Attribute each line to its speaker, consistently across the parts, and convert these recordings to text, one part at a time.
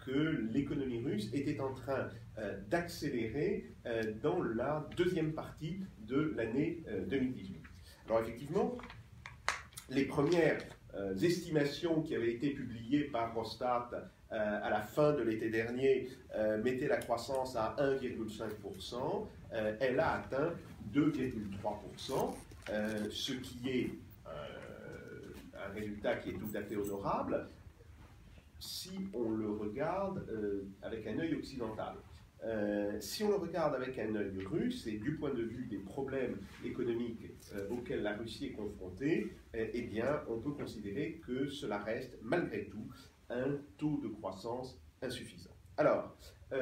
Speaker 1: que l'économie russe était en train d'accélérer dans la deuxième partie de l'année 2018. Alors effectivement, les premières estimations qui avaient été publiées par Rostat à la fin de l'été dernier mettaient la croissance à 1,5%. Elle a atteint 2,3%, ce qui est un résultat qui est tout à fait honorable si on le regarde avec un œil occidental. Si on le regarde avec un œil russe, et du point de vue des problèmes économiques auxquels la Russie est confrontée, eh bien, on peut considérer que cela reste, malgré tout, un taux de croissance insuffisant. Alors,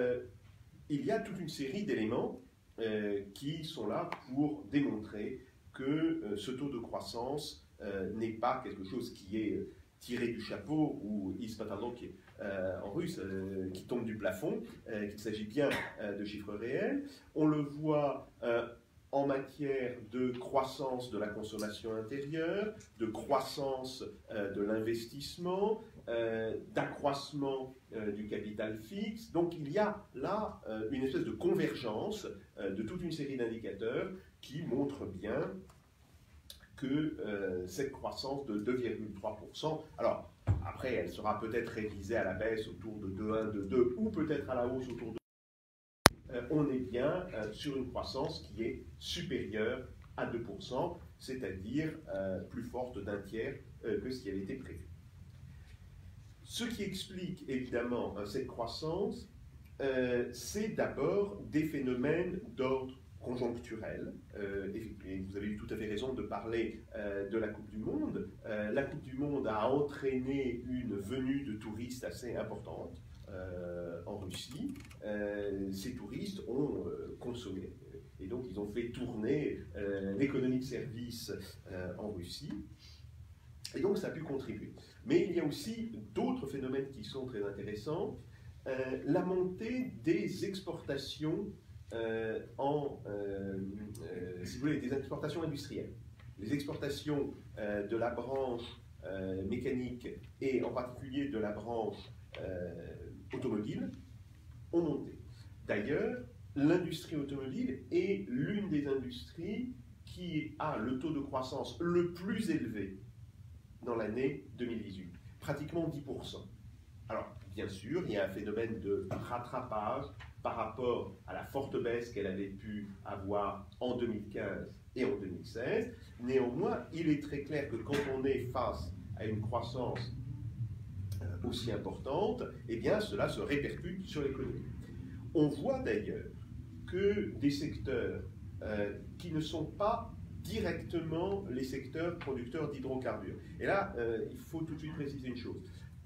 Speaker 1: il y a toute une série d'éléments qui sont là pour démontrer que ce taux de croissance n'est pas quelque chose qui est tiré du chapeau ou ispataloki en russe, qui tombe du plafond, qu'il s'agit bien de chiffres réels. On le voit en matière de croissance de la consommation intérieure, de croissance de l'investissement, d'accroissement du capital fixe. Donc il y a là une espèce de convergence de toute une série d'indicateurs qui montrent bien que cette croissance de 2,3%, alors après elle sera peut-être révisée à la baisse autour de 2,1, 2,2 ou peut-être à la hausse autour de on est bien sur une croissance qui est supérieure à 2%, c'est-à-dire plus forte d'un tiers que ce qui avait été prévu. Ce qui explique évidemment cette croissance, c'est d'abord des phénomènes d'ordre conjoncturel. Et vous avez eu tout à fait raison de parler de la Coupe du Monde. La Coupe du Monde a entraîné une venue de touristes assez importante en Russie. Ces touristes ont consommé et donc ils ont fait tourner l'économie de service en Russie. Et donc ça a pu contribuer. Mais il y a aussi d'autres phénomènes qui sont très intéressants. La montée des exportations si vous voulez, des exportations industrielles. Les exportations de la branche mécanique et en particulier de la branche automobile ont monté. D'ailleurs, l'industrie automobile est l'une des industries qui a le taux de croissance le plus élevé dans l'année 2018, pratiquement 10%. Alors, bien sûr, il y a un phénomène de rattrapage par rapport à la forte baisse qu'elle avait pu avoir en 2015 et en 2016. Néanmoins, il est très clair que quand on est face à une croissance aussi importante, eh bien, cela se répercute sur l'économie. On voit d'ailleurs que des secteurs qui ne sont pas directement les secteurs producteurs d'hydrocarbures. Et là, il faut tout de suite préciser une chose.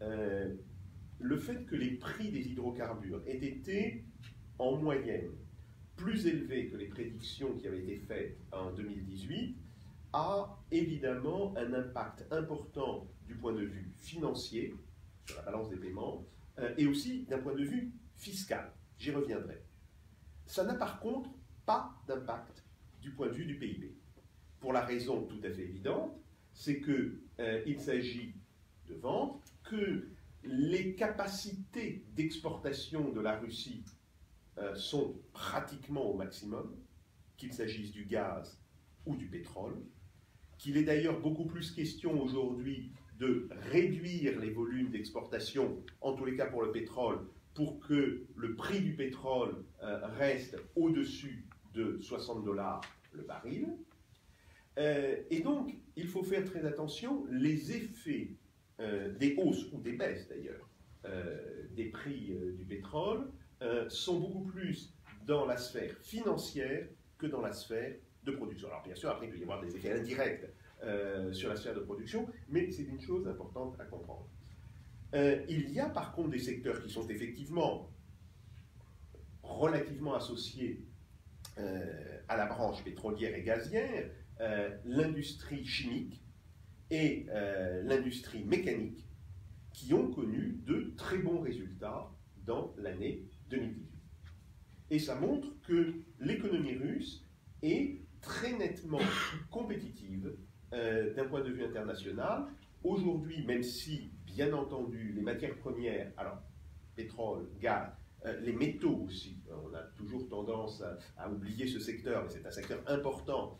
Speaker 1: Le fait que les prix des hydrocarbures aient été en moyenne plus élevés que les prédictions qui avaient été faites en 2018 a évidemment un impact important du point de vue financier sur la balance des paiements et aussi d'un point de vue fiscal. J'y reviendrai. Ça n'a par contre pas d'impact du point de vue du PIB. Pour la raison tout à fait évidente, c'est qu'il s'agit de ventes que les capacités d'exportation de la Russie sont pratiquement au maximum, qu'il s'agisse du gaz ou du pétrole, qu'il est d'ailleurs beaucoup plus question aujourd'hui de réduire les volumes d'exportation, en tous les cas pour le pétrole, pour que le prix du pétrole reste au-dessus de 60 $ le baril. Et donc, il faut faire très attention, les effets des hausses ou des baisses d'ailleurs des prix du pétrole sont beaucoup plus dans la sphère financière que dans la sphère de production. Alors bien sûr, après il peut y avoir des effets indirects sur la sphère de production, mais c'est une chose importante à comprendre. Il y a par contre des secteurs qui sont effectivement relativement associés à la branche pétrolière et gazière, l'industrie chimique et l'industrie mécanique, qui ont connu de très bons résultats dans l'année 2018. Et ça montre que l'économie russe est très nettement compétitive d'un point de vue international. Aujourd'hui, même si, bien entendu, les matières premières, alors pétrole, gaz, les métaux aussi. On a toujours tendance à oublier ce secteur, mais c'est un secteur important,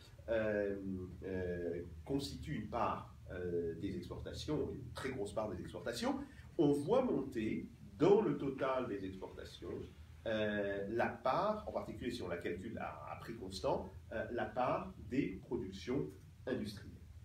Speaker 1: constitue une part des exportations, une très grosse part des exportations. On voit monter dans le total des exportations la part, en particulier si on la calcule à prix constant, la part des productions industrielles.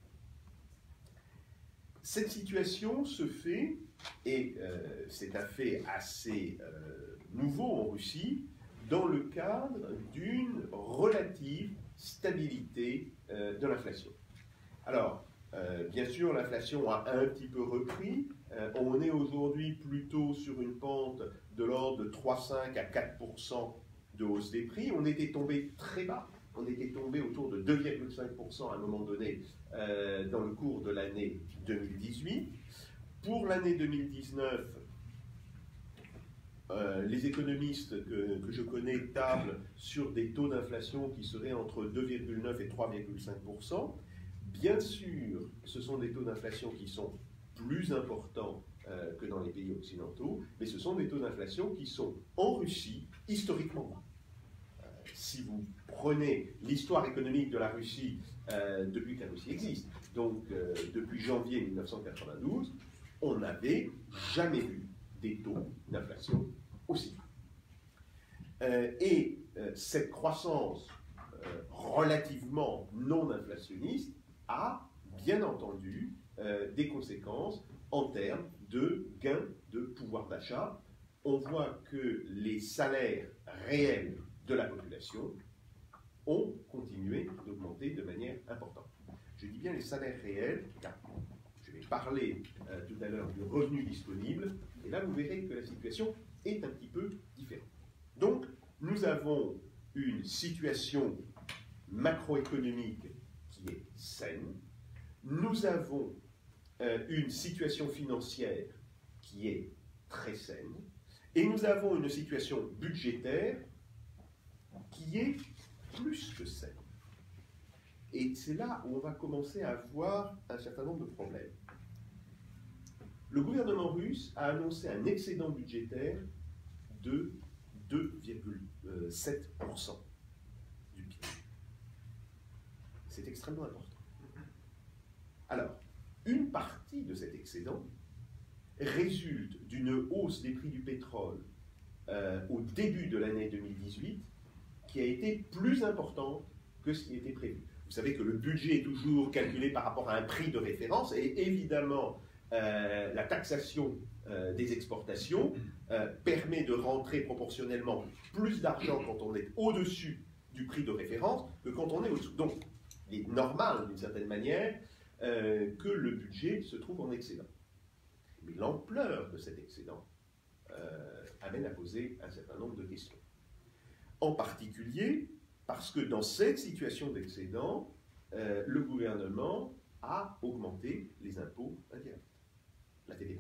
Speaker 1: Cette situation se fait, et c'est un fait assez nouveau en Russie, dans le cadre d'une relative stabilité de l'inflation. Alors, bien sûr, l'inflation a un petit peu repris. On est aujourd'hui plutôt sur une pente de l'ordre de 3,5 à 4% de hausse des prix. On était tombé très bas. On était tombé autour de 2,5% à un moment donné dans le cours de l'année 2018. Pour l'année 2019, les économistes que je connais tablent sur des taux d'inflation qui seraient entre 2,9 et 3,5%. Bien sûr, ce sont des taux d'inflation qui sont plus importants que dans les pays occidentaux, mais ce sont des taux d'inflation qui sont en Russie historiquement bas. Si vous prenez l'histoire économique de la Russie depuis que la Russie existe, donc depuis janvier 1992, on n'avait jamais vu des taux d'inflation aussi bas. Et cette croissance relativement non inflationniste a bien entendu des conséquences en termes de gains de pouvoir d'achat. On voit que les salaires réels de la population ont continué d'augmenter de manière importante. Je dis bien les salaires réels, car je vais parler tout à l'heure du revenu disponible, et là vous verrez que la situation est un petit peu différente. Donc, nous avons une situation macroéconomique qui est saine, nous avons une situation financière qui est très saine, et nous avons une situation budgétaire qui est plus que saine. Et c'est là où on va commencer à avoir un certain nombre de problèmes. Le gouvernement russe a annoncé un excédent budgétaire de 2,7% du PIB. C'est extrêmement important. Alors, une partie de cet excédent résulte d'une hausse des prix du pétrole au début de l'année 2018 qui a été plus importante que ce qui était prévu. Vous savez que le budget est toujours calculé par rapport à un prix de référence et évidemment la taxation des exportations permet de rentrer proportionnellement plus d'argent quand on est au-dessus du prix de référence que quand on est au-dessous. Donc, il est normal d'une certaine manière que le budget se trouve en excédent. Mais l'ampleur de cet excédent amène à poser un certain nombre de questions. En particulier parce que dans cette situation d'excédent, le gouvernement a augmenté les impôts indirects, la TVA.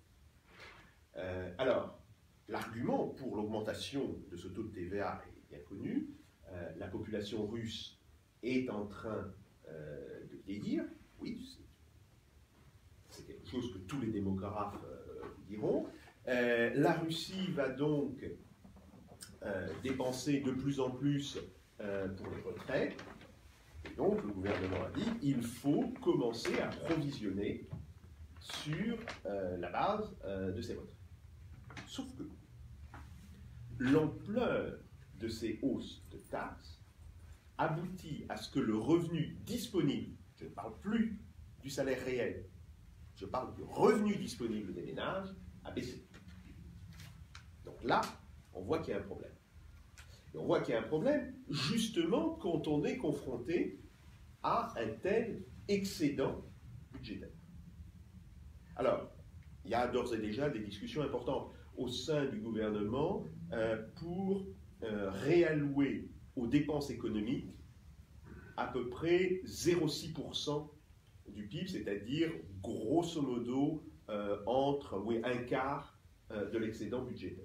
Speaker 1: Alors, l'argument pour l'augmentation de ce taux de TVA est bien connu. La population russe est en train de vieillir. Oui, c'est quelque chose que tous les démographes vous diront. La Russie va donc dépenser de plus en plus pour les retraites. Et donc, le gouvernement a dit il faut commencer à provisionner sur la base de ces retraites. Sauf que l'ampleur de ces hausses de taxes aboutit à ce que le revenu disponible, je ne parle plus du salaire réel, je parle du revenu disponible des ménages, a baissé. Donc là, on voit qu'il y a un problème. Et on voit qu'il y a un problème justement quand on est confronté à un tel excédent budgétaire. Alors, il y a d'ores et déjà des discussions importantes au sein du gouvernement pour réallouer aux dépenses économiques à peu près 0,6% du PIB, c'est-à-dire grosso modo entre un quart de l'excédent budgétaire.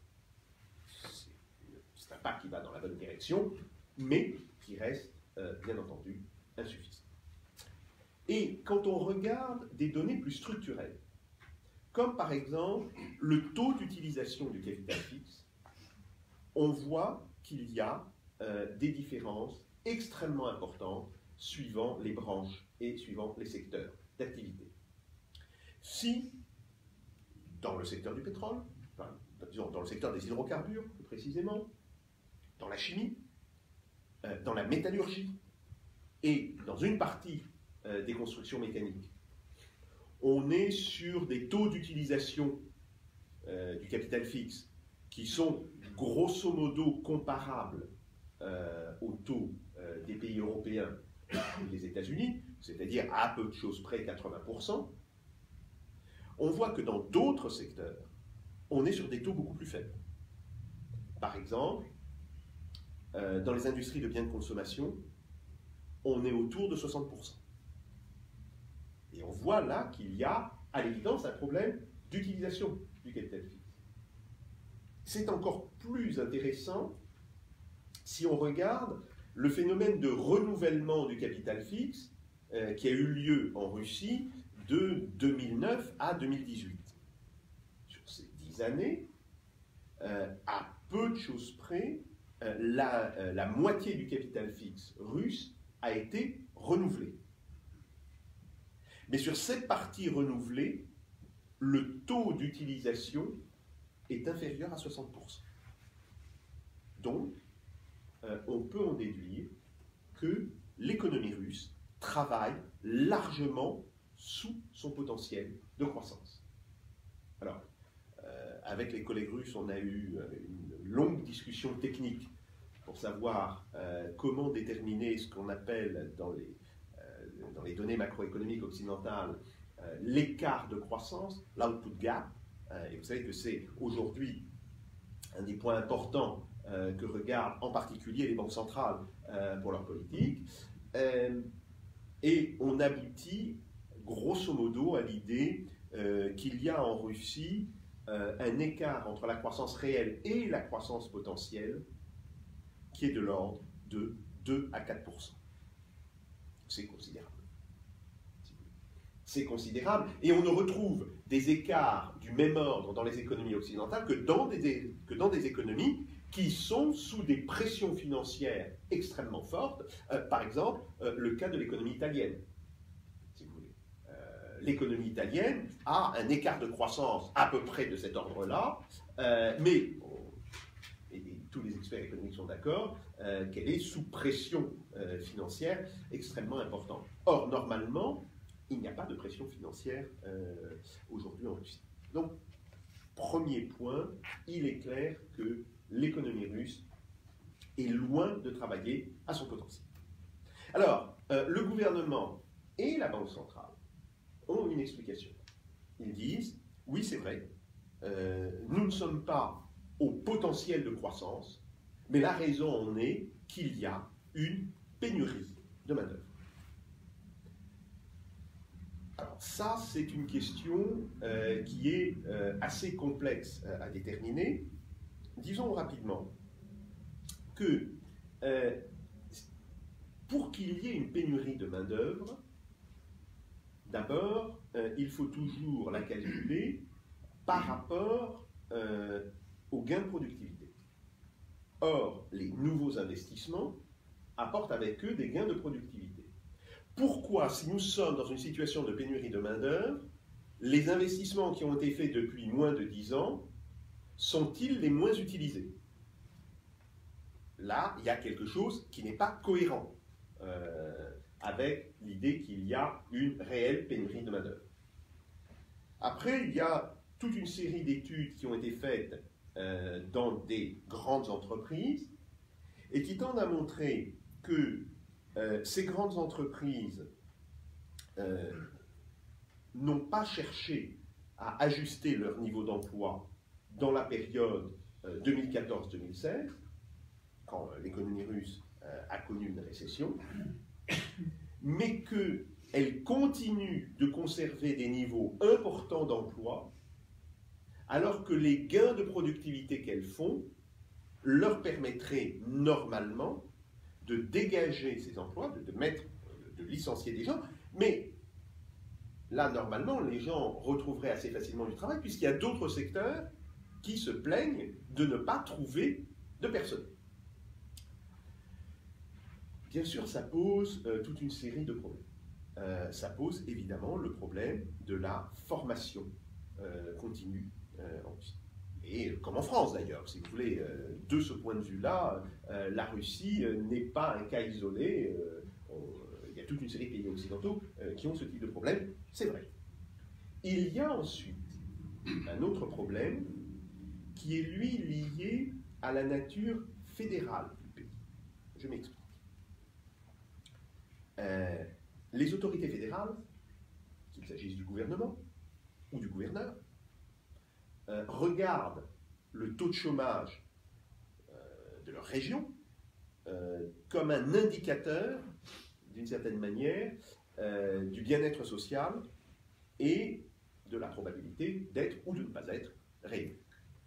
Speaker 1: C'est un pas qui va dans la bonne direction, mais qui reste bien entendu insuffisant. Et quand on regarde des données plus structurelles, comme par exemple le taux d'utilisation du capital fixe, on voit qu'il y a des différences extrêmement importantes suivant les branches et suivant les secteurs d'activité. Si, dans le secteur du pétrole, enfin, disons dans le secteur des hydrocarbures plus précisément, dans la chimie, dans la métallurgie et dans une partie des constructions mécaniques, on est sur des taux d'utilisation du capital fixe qui sont grosso modo comparables aux taux des pays européens et des États-Unis, c'est-à-dire à peu de choses près 80%, on voit que dans d'autres secteurs, on est sur des taux beaucoup plus faibles. Par exemple, dans les industries de biens de consommation, on est autour de 60%. Et on voit là qu'il y a, à l'évidence, un problème d'utilisation du capital fixe. C'est encore plus intéressant si on regarde le phénomène de renouvellement du capital fixe qui a eu lieu en Russie de 2009 à 2018. Sur ces 10 années, à peu de choses près, la moitié du capital fixe russe a été renouvelée. Mais sur cette partie renouvelée, le taux d'utilisation est inférieur à 60%. Donc, on peut en déduire que l'économie russe travaille largement sous son potentiel de croissance. Alors, avec les collègues russes, on a eu une longue discussion technique pour savoir comment déterminer ce qu'on appelle dans les données macroéconomiques occidentales l'écart de croissance, l'output gap. Et vous savez que c'est aujourd'hui un des points importants que regardent en particulier les banques centrales pour leur politique. Et on aboutit grosso modo à l'idée qu'il y a en Russie un écart entre la croissance réelle et la croissance potentielle qui est de l'ordre de 2 à 4%. C'est considérable. C'est considérable, et on ne retrouve des écarts du même ordre dans les économies occidentales que dans des économies qui sont sous des pressions financières extrêmement fortes. Par exemple, le cas de l'économie italienne. Si vous voulez. L'économie italienne a un écart de croissance à peu près de cet ordre-là, mais tous les experts économiques sont d'accord qu'elle est sous pression financière extrêmement importante. Or, normalement, il n'y a pas de pression financière aujourd'hui en Russie. Donc, premier point, il est clair que l'économie russe est loin de travailler à son potentiel. Alors, le gouvernement et la Banque centrale ont une explication. Ils disent, oui c'est vrai, nous ne sommes pas au potentiel de croissance, mais la raison en est qu'il y a une pénurie de main-d'œuvre. Alors ça, c'est une question qui est assez complexe à déterminer. Disons rapidement que pour qu'il y ait une pénurie de main-d'œuvre, d'abord, il faut toujours la calculer par rapport aux gains de productivité. Or, les nouveaux investissements apportent avec eux des gains de productivité. Pourquoi, si nous sommes dans une situation de pénurie de main-d'œuvre, les investissements qui ont été faits depuis moins de 10 ans sont-ils les moins utilisés? Là, il y a quelque chose qui n'est pas cohérent avec l'idée qu'il y a une réelle pénurie de main-d'œuvre. Après, il y a toute une série d'études qui ont été faites dans des grandes entreprises et qui tendent à montrer que ces grandes entreprises n'ont pas cherché à ajuster leur niveau d'emploi dans la période 2014-2016, quand l'économie russe a connu une récession, mais qu'elles continuent de conserver des niveaux importants d'emploi, alors que les gains de productivité qu'elles font leur permettraient normalement de dégager ces emplois, de licencier des gens, mais là, normalement, les gens retrouveraient assez facilement du travail, puisqu'il y a d'autres secteurs qui se plaignent de ne pas trouver de personnes. Bien sûr, ça pose toute une série de problèmes. Ça pose évidemment le problème de la formation continue en Russie. Et comme en France d'ailleurs, si vous voulez, de ce point de vue-là, la Russie n'est pas un cas isolé. Il y a toute une série de pays occidentaux qui ont ce type de problème, c'est vrai. Il y a ensuite un autre problème qui est lui lié à la nature fédérale du pays. Je m'explique. Les autorités fédérales, qu'il s'agisse du gouvernement ou du gouverneur, regardent le taux de chômage de leur région comme un indicateur, d'une certaine manière, du bien-être social et de la probabilité d'être ou de ne pas être réélu.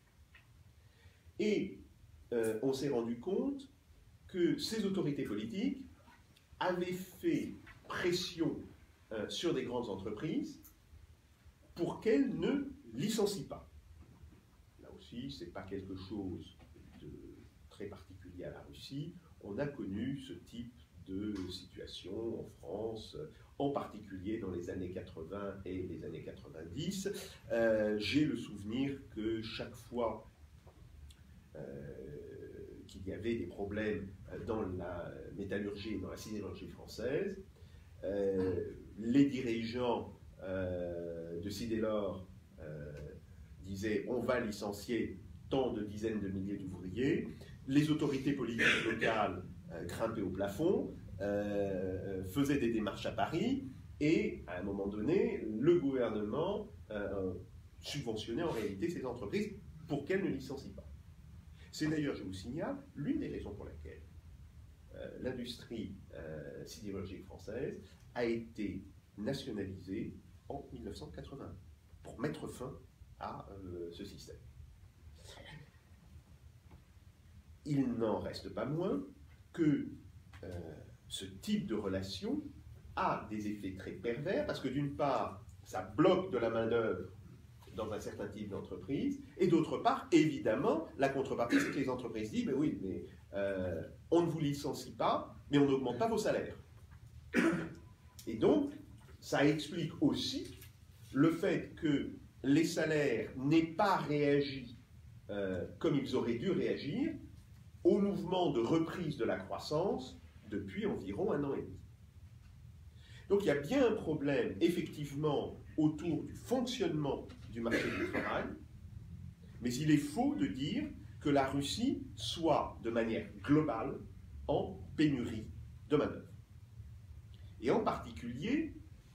Speaker 1: Et on s'est rendu compte que ces autorités politiques avaient fait pression sur des grandes entreprises pour qu'elles ne licencient pas. Là aussi, ce n'est pas quelque chose de très particulier à la Russie. On a connu ce type de situation en France, en particulier dans les années 80 et les années 90. J'ai le souvenir que chaque fois qu'il y avait des problèmes dans la métallurgie et dans la sidérurgie française, les dirigeants de Sidélor disaient on va licencier tant de dizaines de milliers d'ouvriers, les autorités politiques locales grimpaient au plafond, faisaient des démarches à Paris, et à un moment donné, le gouvernement subventionnait en réalité ces entreprises pour qu'elles ne licencient pas. C'est d'ailleurs, je vous signale, l'une des raisons pour laquelle l'industrie sidérurgique française a été nationalisée en 1980 pour mettre fin à ce système. Il n'en reste pas moins que ce type de relation a des effets très pervers, parce que d'une part, ça bloque de la main-d'œuvre dans un certain type d'entreprise, et d'autre part, évidemment, la contrepartie, c'est que les entreprises disent, ben oui, mais on ne vous licencie pas, mais on n'augmente pas vos salaires. Et donc, ça explique aussi le fait que les salaires n'aient pas réagi comme ils auraient dû réagir au mouvement de reprise de la croissance depuis environ 1 an et demi. Donc il y a bien un problème, effectivement, autour du fonctionnement du marché du travail, mais il est faux de dire que la Russie soit, de manière globale, en pénurie de main-d'œuvre. Et en particulier,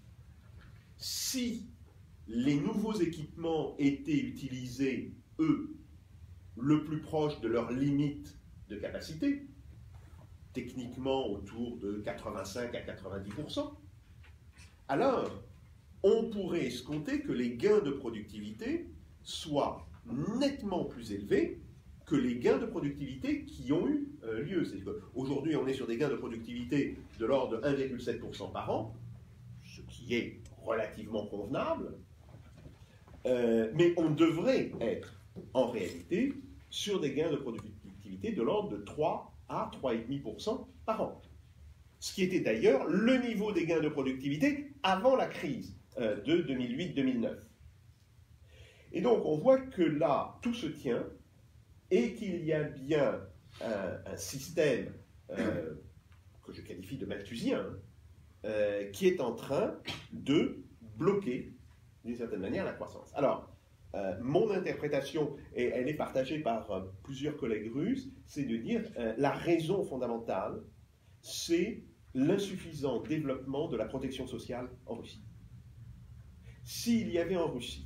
Speaker 1: si les nouveaux équipements étaient utilisés, eux, le plus proche de leur limite de capacité, techniquement autour de 85 à 90%, alors on pourrait escompter que les gains de productivité soient nettement plus élevés que les gains de productivité qui ont eu lieu. C'est-à-dire qu'aujourd'hui, on est sur des gains de productivité de l'ordre de 1,7% par an, ce qui est relativement convenable, mais on devrait être, en réalité, sur des gains de productivité de l'ordre de 3 à 3,5% par an. Ce qui était d'ailleurs le niveau des gains de productivité avant la crise de 2008-2009. Et donc, on voit que là, tout se tient et qu'il y a bien un système que je qualifie de malthusien qui est en train de bloquer, d'une certaine manière, la croissance. Alors, mon interprétation, et elle est partagée par plusieurs collègues russes, c'est de dire la raison fondamentale, c'est l'insuffisant développement de la protection sociale en Russie. S'il y avait en Russie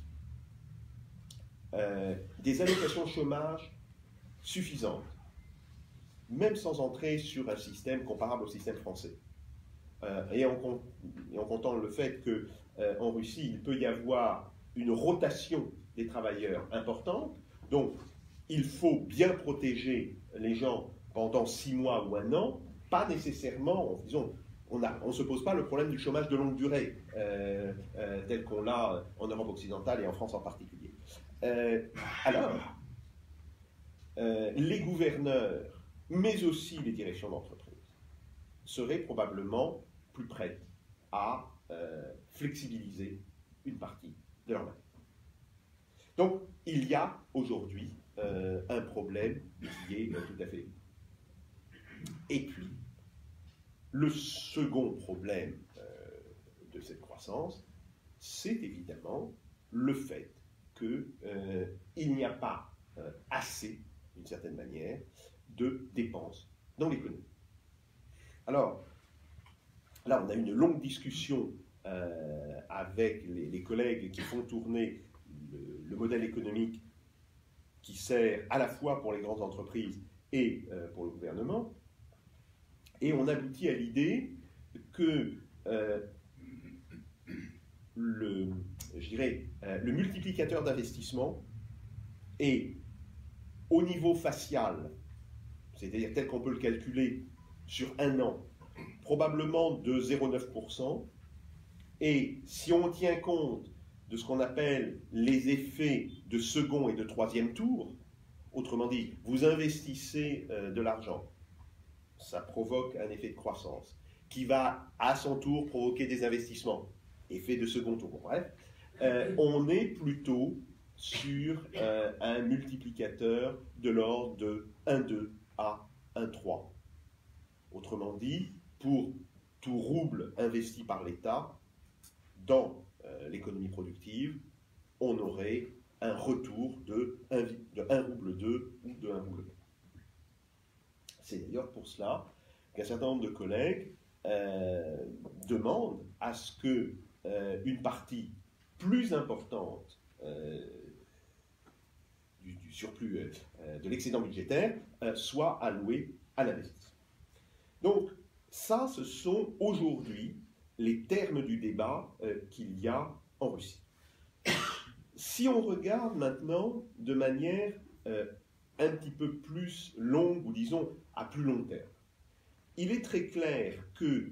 Speaker 1: des allocations chômage suffisantes, même sans entrer sur un système comparable au système français, et en comptant le fait qu'en Russie, il peut y avoir une rotation des travailleurs importante, donc il faut bien protéger les gens pendant 6 mois ou 1 an, pas nécessairement, disons, on ne se pose pas le problème du chômage de longue durée, tel qu'on l'a en Europe occidentale et en France en particulier. Alors, les gouverneurs, mais aussi les directions d'entreprise, seraient probablement plus prêtes à flexibiliser une partie de leur mandat. Donc, il y a aujourd'hui un problème qui est tout à fait évident. Et puis, le second problème de cette croissance, c'est évidemment le fait qu'il n'y a pas assez, d'une certaine manière, de dépenses dans l'économie. Alors, là, on a une longue discussion avec les collègues qui font tourner le modèle économique qui sert à la fois pour les grandes entreprises et pour le gouvernement. Et on aboutit à l'idée que le multiplicateur d'investissement est au niveau facial, c'est-à-dire tel qu'on peut le calculer sur un an, probablement de 0,9%. Et si on tient compte de ce qu'on appelle les effets de second et de troisième tour, autrement dit, vous investissez de l'argent, ça provoque un effet de croissance, qui va à son tour provoquer des investissements, effet de second tour. Bref, on est plutôt sur un multiplicateur de l'ordre de 1,2 à 1,3. Autrement dit, pour tout rouble investi par l'État dans l'économie productive, on aurait un retour de 1,2 rouble ou de 1 rouble. C'est d'ailleurs pour cela qu'un certain nombre de collègues demandent à ce qu'une partie plus importante du surplus de l'excédent budgétaire soit allouée à l'investissement. Donc, ça, ce sont aujourd'hui les termes du débat qu'il y a en Russie. Si on regarde maintenant de manière un petit peu plus longue, ou disons à plus long terme, il est très clair que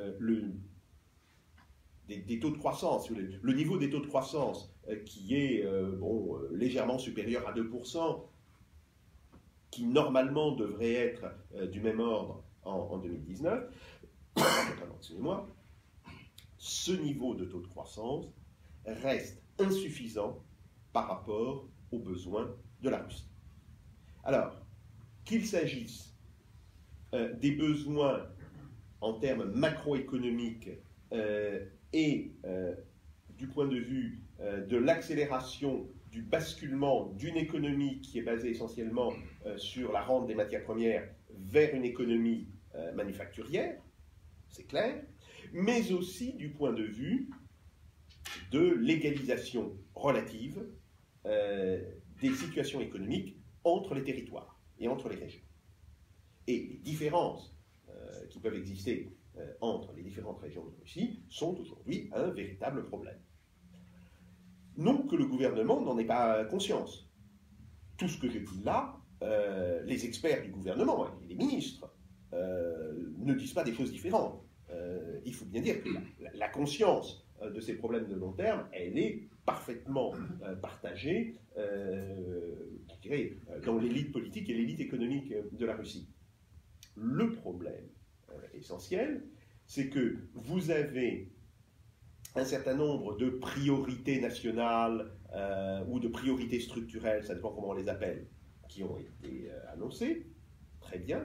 Speaker 1: des taux de croissance, le niveau des taux de croissance qui est légèrement supérieur à 2%, qui normalement devrait être du même ordre en 2019, excusez-moi, ce niveau de taux de croissance reste insuffisant par rapport aux besoins de la Russie. Alors, qu'il s'agisse des besoins en termes macroéconomiques et du point de vue de l'accélération du basculement d'une économie qui est basée essentiellement sur la rente des matières premières vers une économie manufacturière, c'est clair, mais aussi du point de vue de l'égalisation relative des situations économiques entre les territoires et entre les régions. Et les différences qui peuvent exister entre les différentes régions de Russie sont aujourd'hui un véritable problème. Non que le gouvernement n'en ait pas conscience. Tout ce que je dis là, les experts du gouvernement et les ministres ne disent pas des choses différentes. Il faut bien dire que la conscience de ces problèmes de long terme, elle est parfaitement partagée, je dirais, dans l'élite politique et l'élite économique de la Russie. Le problème essentiel, c'est que vous avez un certain nombre de priorités nationales ou de priorités structurelles, ça dépend comment on les appelle, qui ont été annoncées. Très bien.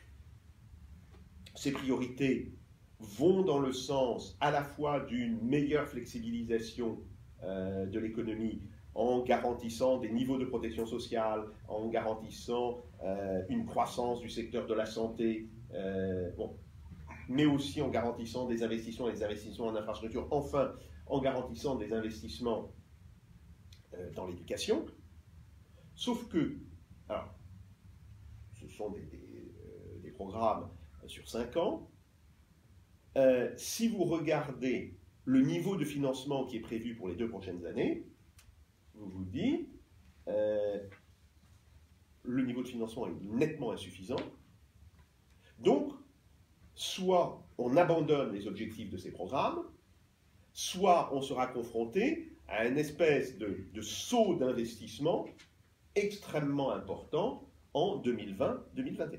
Speaker 1: Ces priorités vont dans le sens à la fois d'une meilleure flexibilisation de l'économie en garantissant des niveaux de protection sociale, en garantissant une croissance du secteur de la santé, mais aussi en garantissant des investissements en infrastructure, enfin en garantissant des investissements dans l'éducation. Sauf que, alors, ce sont des programmes sur 5 ans. Si vous regardez le niveau de financement qui est prévu pour les 2 prochaines années, vous vous dites le niveau de financement est nettement insuffisant. Donc, soit on abandonne les objectifs de ces programmes, soit on sera confronté à une espèce de saut d'investissement extrêmement important en 2020-2021.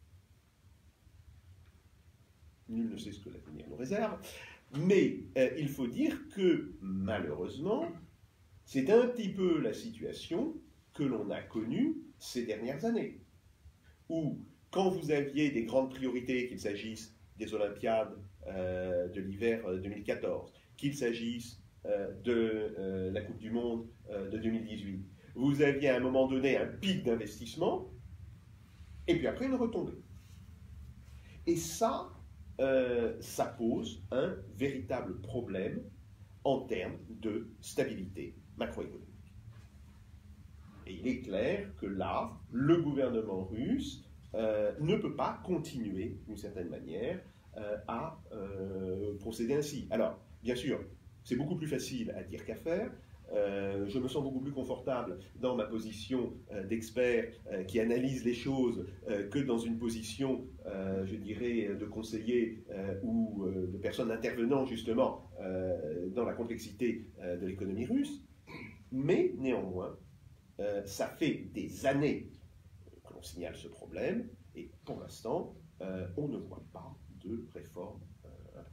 Speaker 1: Nul ne sait ce que l'avenir nous réserve, mais il faut dire que malheureusement, c'est un petit peu la situation que l'on a connue ces dernières années, où quand vous aviez des grandes priorités, qu'il s'agisse des Olympiades de l'hiver 2014, qu'il s'agisse de la Coupe du Monde de 2018, vous aviez à un moment donné un pic d'investissement, et puis après une retombée. Et ça pose un véritable problème en termes de stabilité macroéconomique. Et il est clair que là, le gouvernement russe ne peut pas continuer, d'une certaine manière, à procéder ainsi. Alors, bien sûr, c'est beaucoup plus facile à dire qu'à faire. Je me sens beaucoup plus confortable dans ma position d'expert qui analyse les choses que dans une position, je dirais, de conseiller ou de personne intervenant justement dans la complexité de l'économie russe. Mais néanmoins, ça fait des années que l'on signale ce problème et pour l'instant, on ne voit pas de réforme importante.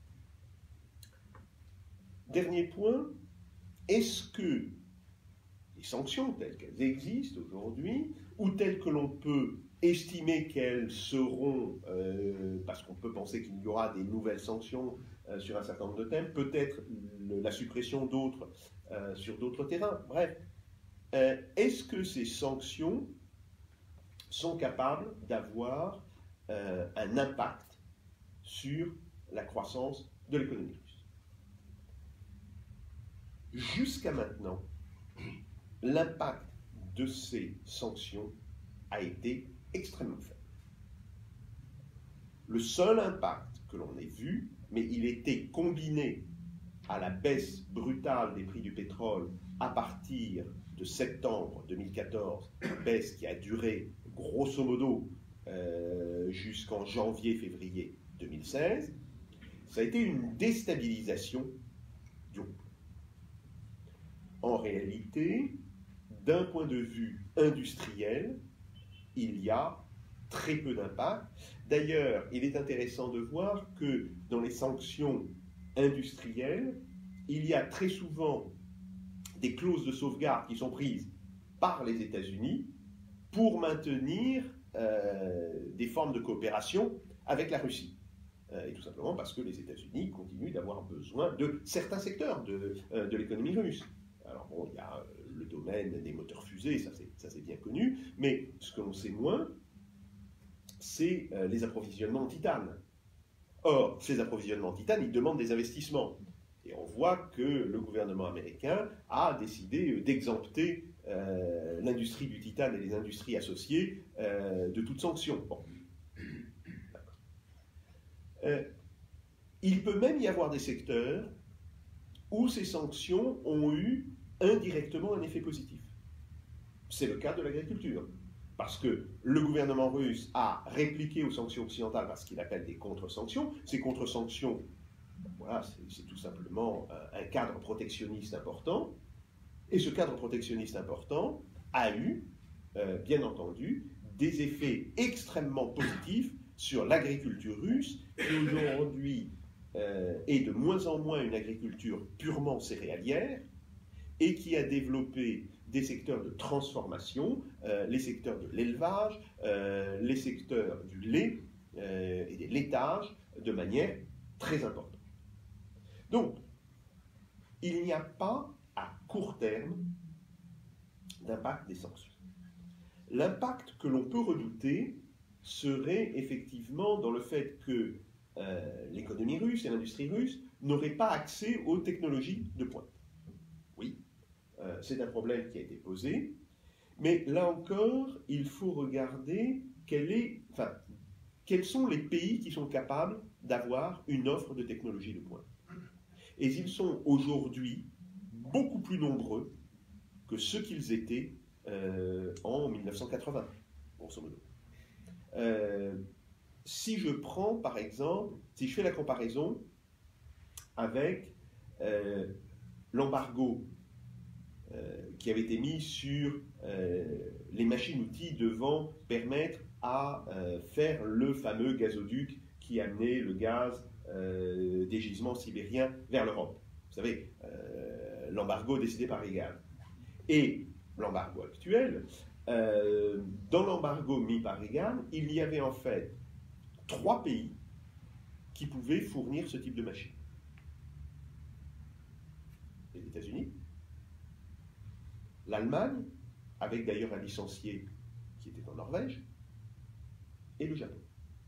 Speaker 1: Dernier point. Est-ce que les sanctions telles qu'elles existent aujourd'hui, ou telles que l'on peut estimer qu'elles seront, parce qu'on peut penser qu'il y aura des nouvelles sanctions sur un certain nombre de thèmes, peut-être la suppression d'autres sur d'autres terrains, bref, est-ce que ces sanctions sont capables d'avoir un impact sur la croissance de l'économie russe? Jusqu'à maintenant, l'impact de ces sanctions a été extrêmement faible. Le seul impact que l'on ait vu, mais il était combiné à la baisse brutale des prix du pétrole à partir de septembre 2014, baisse qui a duré grosso modo jusqu'en janvier-février 2016, ça a été une déstabilisation du rouble. En réalité, d'un point de vue industriel, il y a très peu d'impact. D'ailleurs, il est intéressant de voir que dans les sanctions industrielles, il y a très souvent des clauses de sauvegarde qui sont prises par les États-Unis pour maintenir des formes de coopération avec la Russie. Et tout simplement parce que les États-Unis continuent d'avoir besoin de certains secteurs de l'économie russe. Alors bon, il y a le domaine des moteurs fusées, ça c'est bien connu, mais ce que l'on sait moins, c'est les approvisionnements en titane. Or, ces approvisionnements en titane, ils demandent des investissements. Et on voit que le gouvernement américain a décidé d'exempter l'industrie du titane et les industries associées de toute sanction. Bon. Il peut même y avoir des secteurs où ces sanctions ont eu indirectement un effet positif. C'est le cas de l'agriculture, parce que le gouvernement russe a répliqué aux sanctions occidentales par ce qu'il appelle des contre-sanctions. Ces contre-sanctions, voilà, c'est tout simplement un cadre protectionniste important, et ce cadre protectionniste important a eu, bien entendu, des effets extrêmement positifs sur l'agriculture russe, qui aujourd'hui est de moins en moins une agriculture purement céréalière, et qui a développé des secteurs de transformation, les secteurs de l'élevage, les secteurs du lait et des laitages de manière très importante. Donc, il n'y a pas à court terme d'impact des sanctions. L'impact que l'on peut redouter serait effectivement dans le fait que l'économie russe et l'industrie russe n'auraient pas accès aux technologies de pointe. Oui, c'est un problème qui a été posé, mais là encore, il faut regarder quels sont les pays qui sont capables d'avoir une offre de technologie de pointe. Et ils sont aujourd'hui beaucoup plus nombreux que ceux qu'ils étaient en 1980, grosso modo. si je prends, par exemple, si je fais la comparaison avec l'embargo qui avait été mis sur les machines-outils devant permettre à faire le fameux gazoduc qui amenait le gaz des gisements sibériens vers l'Europe. Vous savez, l'embargo décidé par Reagan. Et l'embargo actuel, dans l'embargo mis par Reagan, il y avait en fait 3 pays qui pouvaient fournir ce type de machine. Les États-Unis, l'Allemagne, avec d'ailleurs un licencié qui était en Norvège, et le Japon.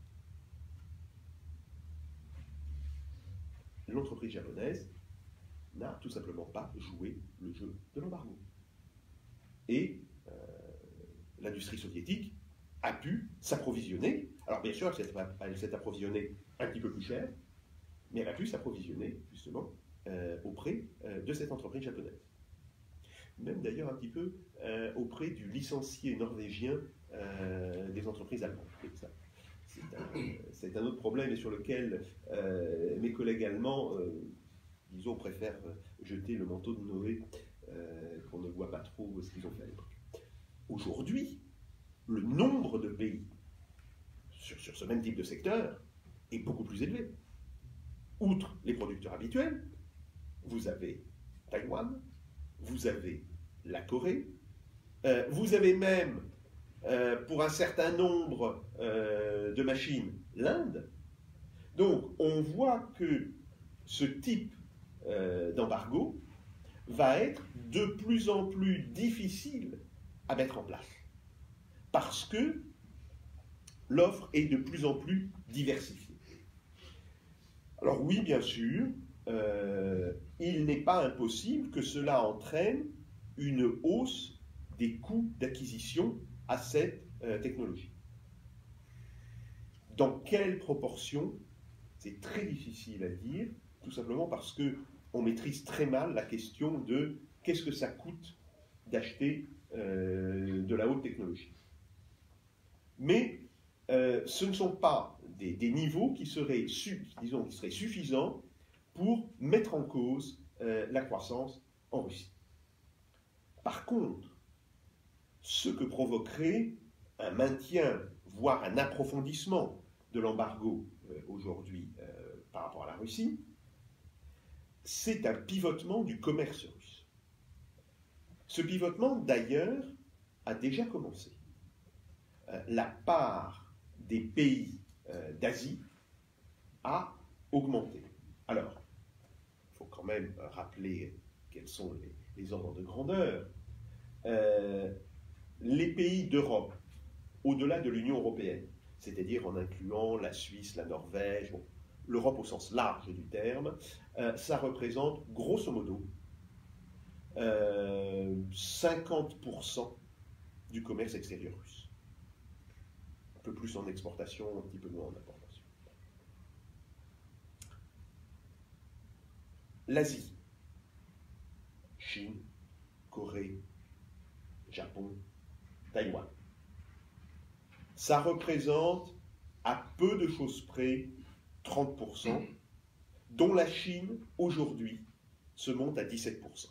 Speaker 1: L'entreprise japonaise n'a tout simplement pas joué le jeu de l'embargo. Et l'industrie soviétique a pu s'approvisionner. Alors bien sûr, elle s'est approvisionnée un petit peu plus cher, mais elle a pu s'approvisionner justement auprès de cette entreprise japonaise. Même d'ailleurs un petit peu auprès du licencié norvégien des entreprises allemandes. C'est un autre problème et sur lequel mes collègues allemands, disons, préfèrent jeter le manteau de Noé, qu'on ne voit pas trop ce qu'ils ont fait à l'époque. Aujourd'hui, le nombre de pays sur ce même type de secteur est beaucoup plus élevé. Outre les producteurs habituels, vous avez Taïwan, vous avez la Corée, vous avez même, pour un certain nombre de machines, l'Inde. Donc, on voit que ce type d'embargo va être de plus en plus difficile à mettre en place. Parce que l'offre est de plus en plus diversifiée. Alors oui, bien sûr, il n'est pas impossible que cela entraîne une hausse des coûts d'acquisition à cette technologie. Dans quelle proportion? C'est très difficile à dire, tout simplement parce qu'on maîtrise très mal la question de qu'est-ce que ça coûte d'acheter de la haute technologie. Mais ce ne sont pas des niveaux qui seraient, disons, qui seraient suffisants pour mettre en cause la croissance en Russie. Par contre, ce que provoquerait un maintien, voire un approfondissement de l'embargo aujourd'hui par rapport à la Russie, c'est un pivotement du commerce russe. Ce pivotement, d'ailleurs, a déjà commencé. La part des pays d'Asie a augmenté. Alors, il faut quand même rappeler quels sont les ordres de grandeur. Les pays d'Europe, au-delà de l'Union européenne, c'est-à-dire en incluant la Suisse, la Norvège, bon, l'Europe au sens large du terme, ça représente grosso modo 50% du commerce extérieur russe. Un peu plus en exportation, un petit peu moins en importation. L'Asie, Chine, Corée, Japon, Taïwan. Ça représente à peu de choses près 30%, dont la Chine, aujourd'hui, se monte à 17%.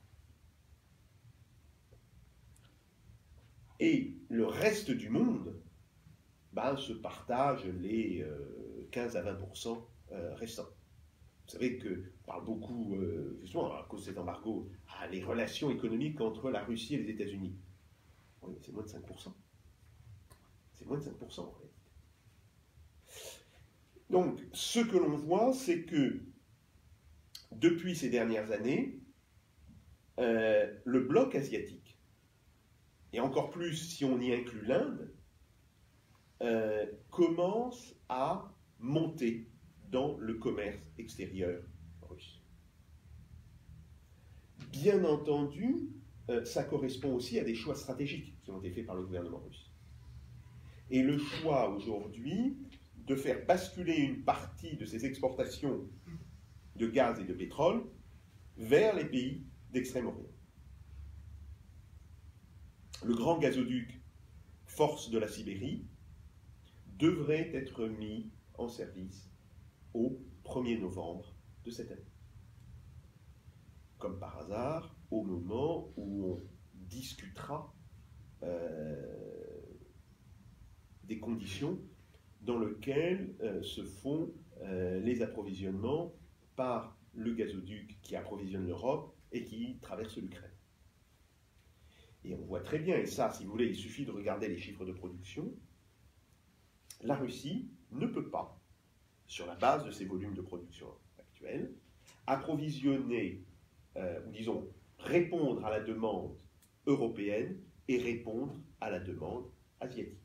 Speaker 1: Et le reste du monde se partage les 15 à 20% restants. Vous savez qu'on parle beaucoup, justement, à cause de cet embargo, les relations économiques entre la Russie et les États-Unis. Oui, c'est moins de 5%. C'est moins de 5% en réalité. Donc, ce que l'on voit, c'est que depuis ces dernières années, le bloc asiatique, et encore plus si on y inclut l'Inde, commence à monter dans le commerce extérieur russe. Bien entendu, ça correspond aussi à des choix stratégiques qui ont été faits par le gouvernement russe. Et le choix aujourd'hui de faire basculer une partie de ces exportations de gaz et de pétrole vers les pays d'Extrême-Orient. Le grand gazoduc Force de la Sibérie devrait être mis en service au 1er novembre de cette année. Comme par hasard, au moment où on discutera des conditions dans lesquelles se font les approvisionnements par le gazoduc qui approvisionne l'Europe et qui traverse l'Ukraine. Et on voit très bien, et ça, si vous voulez, il suffit de regarder les chiffres de production, la Russie ne peut pas, sur la base de ses volumes de production actuels, approvisionner, ou disons, répondre à la demande européenne et répondre à la demande asiatique.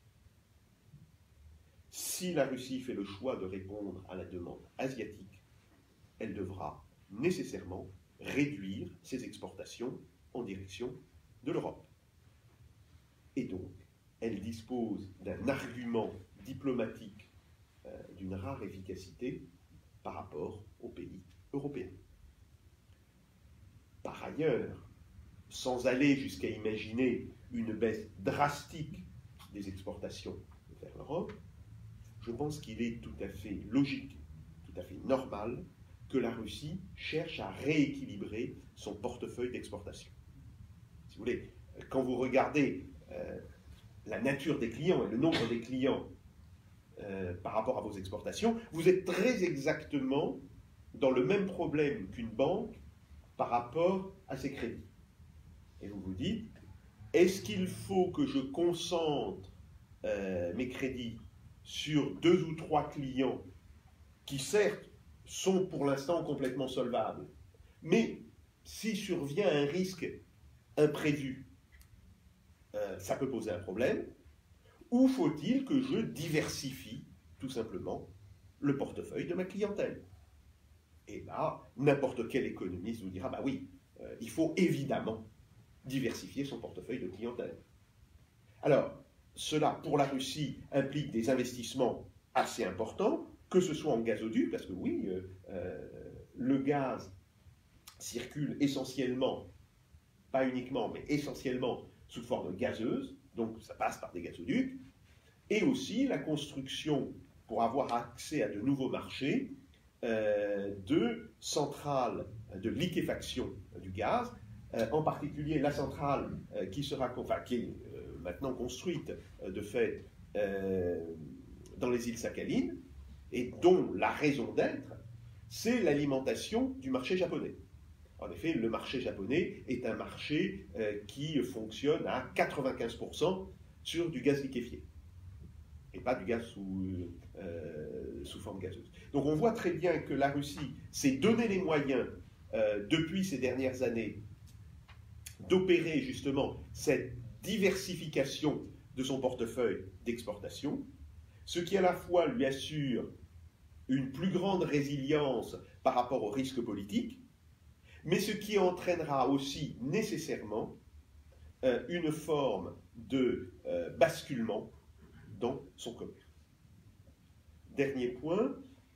Speaker 1: Si la Russie fait le choix de répondre à la demande asiatique, elle devra nécessairement réduire ses exportations en direction de l'Europe. Et donc, elle dispose d'un argument diplomatique d'une rare efficacité par rapport aux pays européens. Par ailleurs, sans aller jusqu'à imaginer une baisse drastique des exportations vers l'Europe, je pense qu'il est tout à fait logique, tout à fait normal que la Russie cherche à rééquilibrer son portefeuille d'exportation. Si vous voulez, quand vous regardez la nature des clients et le nombre des clients par rapport à vos exportations, vous êtes très exactement dans le même problème qu'une banque par rapport à ses crédits. Et vous vous dites, est-ce qu'il faut que je concentre mes crédits sur 2 ou 3 clients qui, certes, sont pour l'instant complètement solvables, mais si survient un risque imprévu, ça peut poser un problème, ou faut-il que je diversifie tout simplement le portefeuille de ma clientèle? Et là, n'importe quel économiste vous dira, bah oui, il faut évidemment diversifier son portefeuille de clientèle. Alors, cela, pour la Russie, implique des investissements assez importants, que ce soit en gazoduc, parce que oui, le gaz circule essentiellement, pas uniquement, mais essentiellement sous forme gazeuse, donc ça passe par des gazoducs, et aussi la construction, pour avoir accès à de nouveaux marchés, de centrales de liquéfaction du gaz, en particulier la centrale qui est maintenant construite de fait dans les îles Sakhalines, et dont la raison d'être, c'est l'alimentation du marché japonais. En effet, le marché japonais est un marché qui fonctionne à 95% sur du gaz liquéfié, et pas du gaz sous forme gazeuse. Donc on voit très bien que la Russie s'est donné les moyens, depuis ces dernières années, d'opérer justement cette diversification de son portefeuille d'exportation, ce qui à la fois lui assure une plus grande résilience par rapport aux risques politiques, mais ce qui entraînera aussi nécessairement une forme de basculement dans son commerce. Dernier point,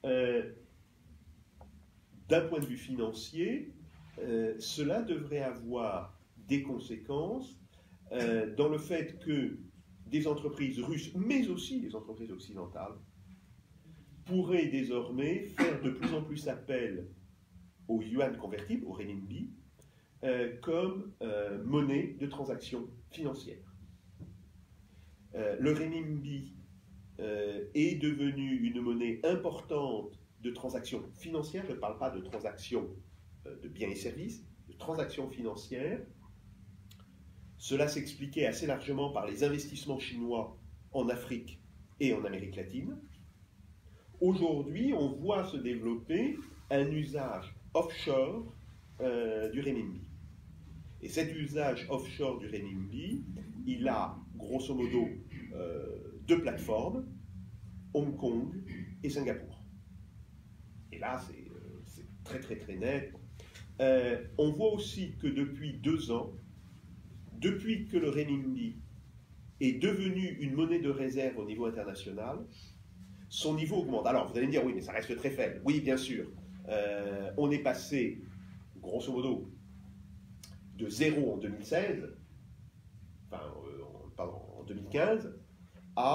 Speaker 1: d'un point de vue financier, cela devrait avoir des conséquences dans le fait que des entreprises russes, mais aussi des entreprises occidentales, pourraient désormais faire de plus en plus appel au yuan convertible, au renminbi, comme monnaie de transaction financière. Le renminbi est devenu une monnaie importante de transactions financières, je ne parle pas de transactions de biens et services, de transactions financières. Cela s'expliquait assez largement par les investissements chinois en Afrique et en Amérique latine. Aujourd'hui, on voit se développer un usage offshore du renminbi. Et cet usage offshore du renminbi, il a grosso modo 2 plateformes, Hong Kong et Singapour. Et là, c'est très très très net. On voit aussi que depuis 2 ans, depuis que le renminbi est devenu une monnaie de réserve au niveau international, son niveau augmente. Alors, vous allez me dire, oui, mais ça reste très faible. Oui, bien sûr. On est passé, grosso modo, de 0 en 2016, enfin, pardon, en 2015, à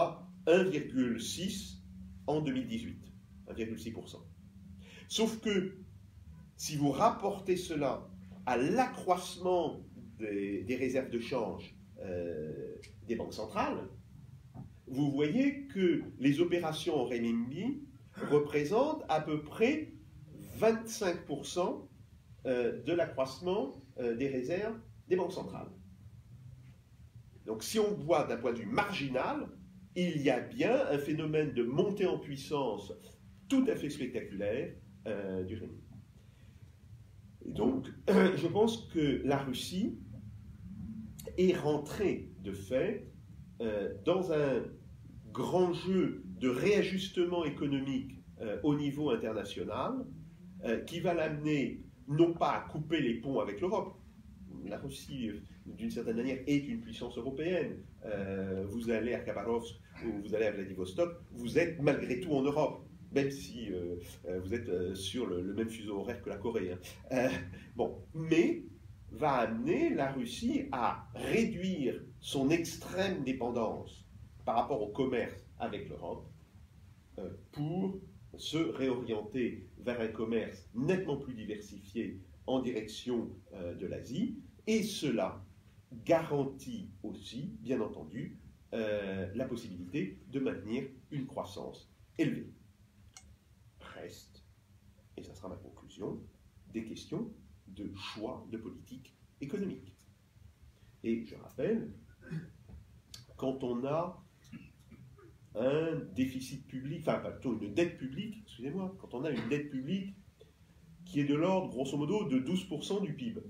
Speaker 1: 1,6 en 2018, 1,6%. Sauf que si vous rapportez cela à l'accroissement des réserves de change des banques centrales, vous voyez que les opérations en renminbi représentent à peu près 25% de l'accroissement des réserves des banques centrales. Donc si on voit d'un point de vue marginal, il y a bien un phénomène de montée en puissance tout à fait spectaculaire du renminbi. Et donc, je pense que la Russie est rentrée de fait dans un grand jeu de réajustement économique au niveau international qui va l'amener non pas à couper les ponts avec l'Europe. La Russie, d'une certaine manière, est une puissance européenne. Vous allez à Khabarovsk ou vous allez à Vladivostok, vous êtes malgré tout en Europe, même si vous êtes sur le même fuseau horaire que la Corée. Bon, mais va amener la Russie à réduire son extrême dépendance par rapport au commerce avec l'Europe pour se réorienter vers un commerce nettement plus diversifié en direction de l'Asie, et cela garantit aussi, bien entendu, la possibilité de maintenir une croissance élevée. Reste, et ça sera ma conclusion, des questions de choix de politique économique. Et je rappelle, quand on a un déficit public, enfin plutôt une dette publique, excusez-moi, quand on a une dette publique qui est de l'ordre, grosso modo, de 12% du PIB,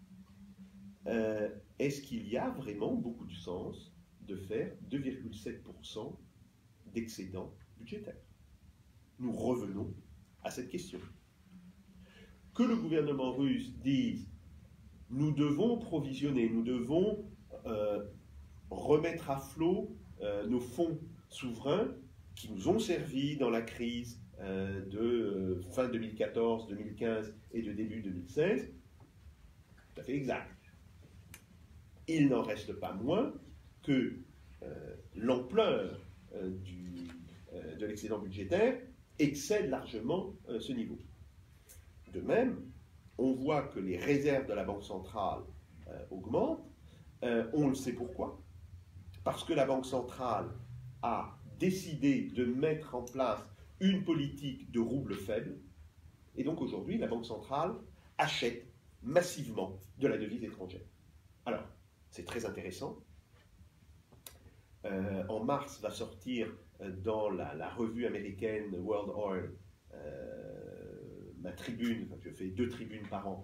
Speaker 1: est-ce qu'il y a vraiment beaucoup de sens de faire 2,7% d'excédent budgétaire? Nous revenons à cette question. Que le gouvernement russe dise nous devons provisionner, nous devons remettre à flot nos fonds souverains qui nous ont servi dans la crise de fin 2014, 2015 et de début 2016, tout à fait exact. Il n'en reste pas moins que l'ampleur de l'excédent budgétaire excède largement ce niveau. De même, on voit que les réserves de la Banque centrale augmentent. On le sait pourquoi. Parce que la Banque centrale a décidé de mettre en place une politique de rouble faible. Et donc aujourd'hui, la Banque centrale achète massivement de la devise étrangère. Alors, c'est très intéressant. En mars va sortir dans la revue américaine World Oil ma tribune, enfin, je fais 2 tribunes par an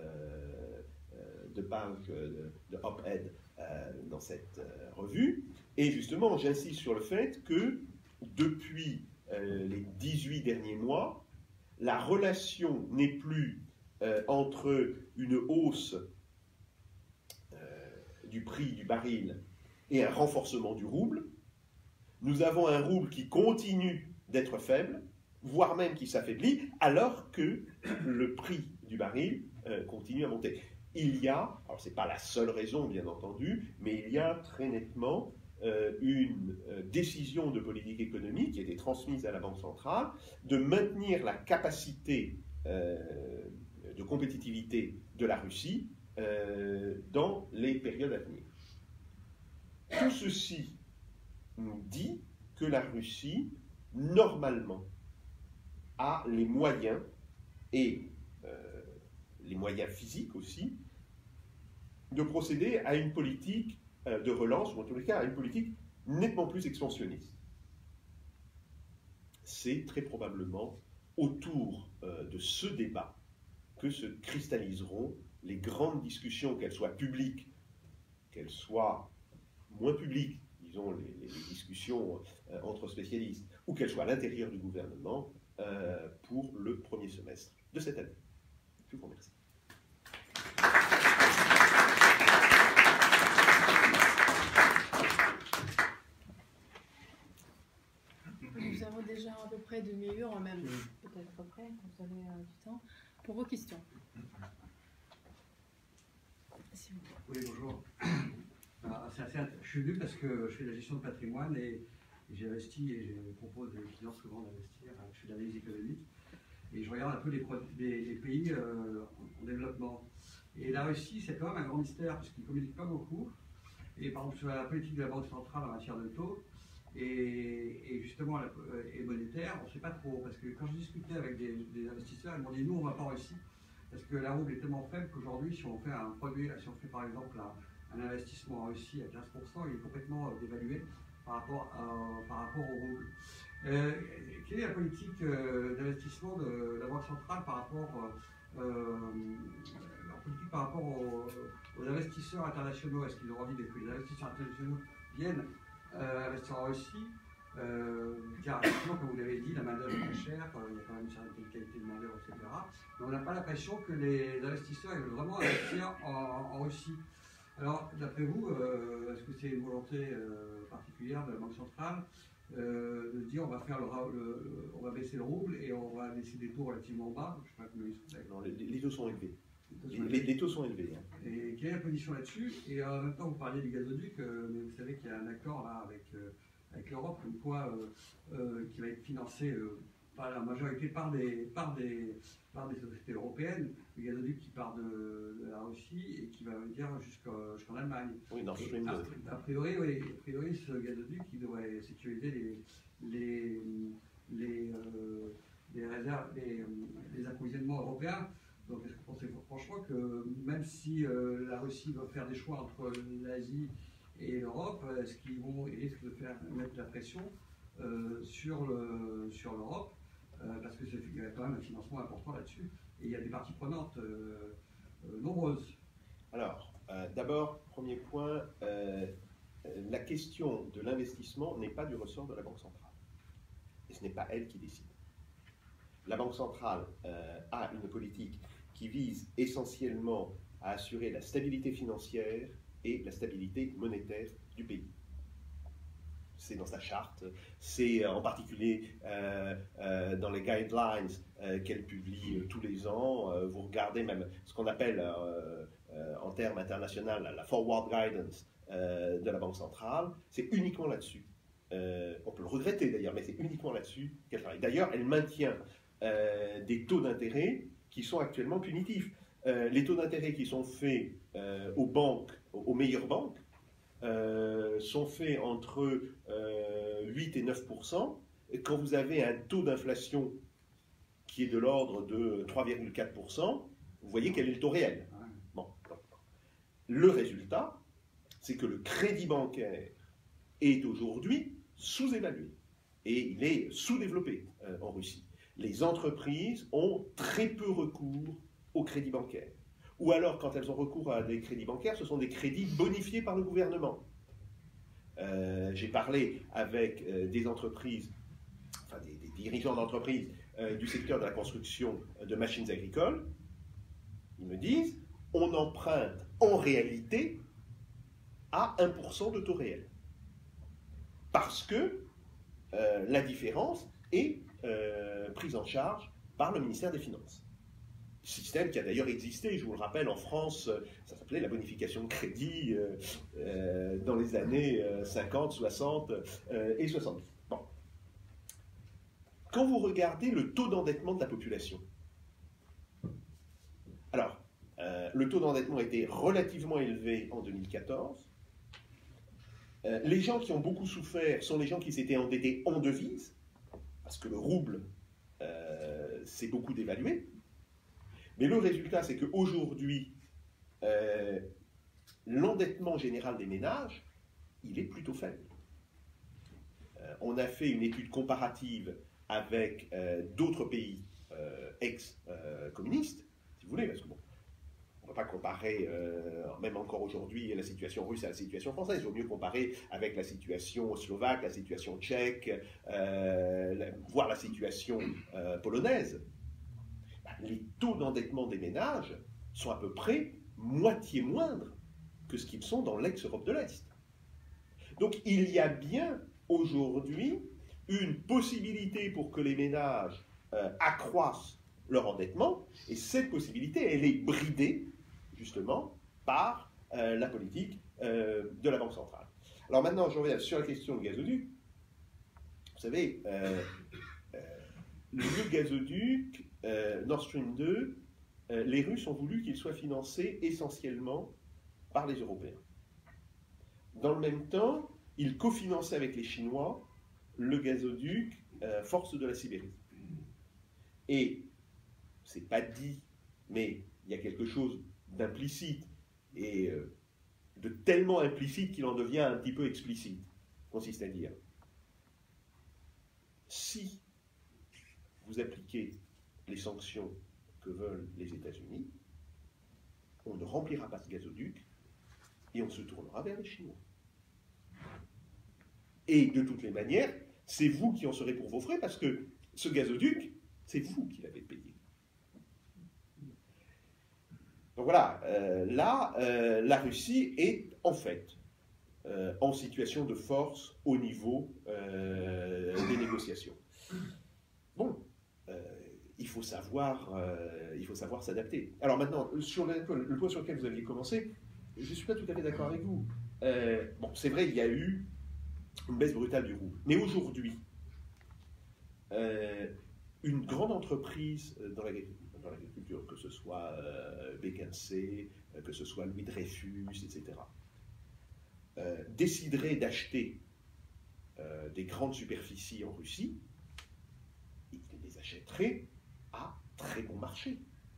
Speaker 1: de pages de op-ed dans cette revue. Et justement, j'insiste sur le fait que depuis les 18 derniers mois, la relation n'est plus entre une hausse du prix du baril et un renforcement du rouble. Nous avons un rouble qui continue d'être faible, voire même qui s'affaiblit, alors que le prix du baril continue à monter. Il y a, alors ce n'est pas la seule raison bien entendu, mais il y a très nettement une décision de politique économique qui a été transmise à la Banque centrale de maintenir la capacité de compétitivité de la Russie dans les périodes à venir. Tout ceci nous dit que la Russie, normalement, a les moyens, et les moyens physiques aussi, de procéder à une politique de relance, ou en tous les cas à une politique nettement plus expansionniste. C'est très probablement autour de ce débat que se cristalliseront les grandes discussions, qu'elles soient publiques, qu'elles soient moins publiques, disons les discussions entre spécialistes, ou qu'elles soient à l'intérieur du gouvernement pour le premier semestre de cette année. Je vous remercie.
Speaker 2: Nous avons déjà à peu près 2 minutes, même peut-être après, vous avez du temps, pour vos questions.
Speaker 3: Oui, bonjour. Je suis venu parce que je fais de la gestion de patrimoine et J'ai investi et je propose des clients souvent d'investir. Je fais de l'analyse économique et je regarde un peu les pays en développement. Et la Russie, c'est quand même un grand mystère parce qu'ils ne communiquent pas beaucoup. Et par exemple, sur la politique de la Banque centrale en matière de taux et justement et monétaire, on ne sait pas trop. Parce que quand je discutais avec des investisseurs, ils m'ont dit nous, on ne va pas en Russie. Parce que la rouble est tellement faible qu'aujourd'hui, si on fait un produit, si on fait par exemple un investissement en Russie à 15%, il est complètement dévalué par rapport au rouble. Quelle est la politique d'investissement de la Banque centrale par rapport aux investisseurs internationaux? Est-ce qu'ils ont envie que les investisseurs internationaux viennent investir en Russie? Car effectivement, comme vous l'avez dit, la main-d'œuvre est très chère, il y a quand même une certaine qualité de main-d'œuvre, etc. Mais on n'a pas l'impression que les investisseurs veulent vraiment investir en Russie. Alors, d'après vous, est-ce que c'est une volonté particulière de la Banque centrale de dire on va baisser le rouble et on va laisser des taux relativement bas? Je sais pas comment
Speaker 1: les taux sont élevés. Les taux sont élevés. Hein.
Speaker 3: Et quelle est la position là-dessus? Et en même temps, vous parliez du gazoduc, mais vous savez qu'il y a un accord là avec l'Europe, une fois qui va être financé par la majorité par des sociétés européennes, le gazoduc qui part de la Russie et qui va venir jusqu'en Allemagne.
Speaker 1: Oui, dans
Speaker 3: a priori, ce gazoduc qui devrait sécuriser les réserves, les approvisionnements européens. Donc, est-ce que vous pensez franchement que même si la Russie va faire des choix entre l'Asie et l'Europe, est-ce qu'ils risquent de mettre la pression sur l'Europe parce qu'il y a quand même un financement important là-dessus et il y a des parties prenantes nombreuses.
Speaker 1: Alors, d'abord, premier point, la question de l'investissement n'est pas du ressort de la Banque centrale. Et ce n'est pas elle qui décide. La Banque centrale a une politique qui vise essentiellement à assurer la stabilité financière et la stabilité monétaire du pays. C'est dans sa charte, c'est en particulier dans les guidelines qu'elle publie tous les ans. Vous regardez même ce qu'on appelle en termes internationaux la forward guidance de la Banque centrale, c'est uniquement là-dessus. On peut le regretter d'ailleurs, mais c'est uniquement là-dessus qu'elle travaille. D'ailleurs, elle maintient des taux d'intérêt qui sont actuellement punitifs. Les taux d'intérêt qui sont faits aux banques, aux meilleures banques, sont faits entre 8 et 9%. Et quand vous avez un taux d'inflation qui est de l'ordre de 3,4%, vous voyez quel est le taux réel. Bon. Le résultat, c'est que le crédit bancaire est aujourd'hui sous-évalué et il est sous-développé en Russie. Les entreprises ont très peu recours au crédit bancaire. Ou alors, quand elles ont recours à des crédits bancaires, ce sont des crédits bonifiés par le gouvernement. J'ai parlé avec des entreprises, enfin des dirigeants d'entreprises du secteur de la construction de machines agricoles. Ils me disent, on emprunte en réalité à 1% de taux réel. Parce que la différence est prise en charge par le ministère des Finances. Système qui a d'ailleurs existé, je vous le rappelle, en France, ça s'appelait la bonification de crédit dans les années 50, 60 et 70. Bon. Quand vous regardez le taux d'endettement de la population, alors, le taux d'endettement était relativement élevé en 2014. Les gens qui ont beaucoup souffert sont les gens qui s'étaient endettés en devise, parce que le rouble s'est beaucoup dévalué. Mais le résultat, c'est qu'aujourd'hui, l'endettement général des ménages, il est plutôt faible. On a fait une étude comparative avec d'autres pays ex-communistes, si vous voulez, parce que bon, on ne va pas comparer, même encore aujourd'hui, la situation russe à la situation française. Il vaut mieux comparer avec la situation slovaque, la situation tchèque, voire la situation polonaise. Les taux d'endettement des ménages sont à peu près moitié moindres que ce qu'ils sont dans l'ex-Europe de l'Est. Donc il y a bien aujourd'hui une possibilité pour que les ménages accroissent leur endettement, et cette possibilité, elle est bridée justement par la politique de la Banque centrale. Alors maintenant, je reviens sur la question du gazoduc. savez, le gazoduc Nord Stream 2, les Russes ont voulu qu'il soit financé essentiellement par les Européens. Dans le même temps, ils cofinançaient avec les Chinois le gazoduc Force de la Sibérie. Et, c'est pas dit, mais il y a quelque chose d'implicite et de tellement implicite qu'il en devient un petit peu explicite. Consiste à dire, si vous appliquez les sanctions que veulent les États-Unis, on ne remplira pas ce gazoduc et on se tournera vers les Chinois. Et de toutes les manières, c'est vous qui en serez pour vos frais parce que ce gazoduc, c'est vous qui l'avez payé. Donc voilà, la Russie est en fait en situation de force au niveau des négociations. Bon, il faut savoir s'adapter. Alors maintenant, sur le point sur lequel vous aviez commencé, je ne suis pas tout à fait d'accord avec vous. Bon, c'est vrai, il y a eu une baisse brutale du rouble. Mais aujourd'hui, une grande entreprise dans l'agriculture, que ce soit Béquin-C, que ce soit Louis Dreyfus, etc., déciderait d'acheter des grandes superficies en Russie, il les achèterait à très bon marché.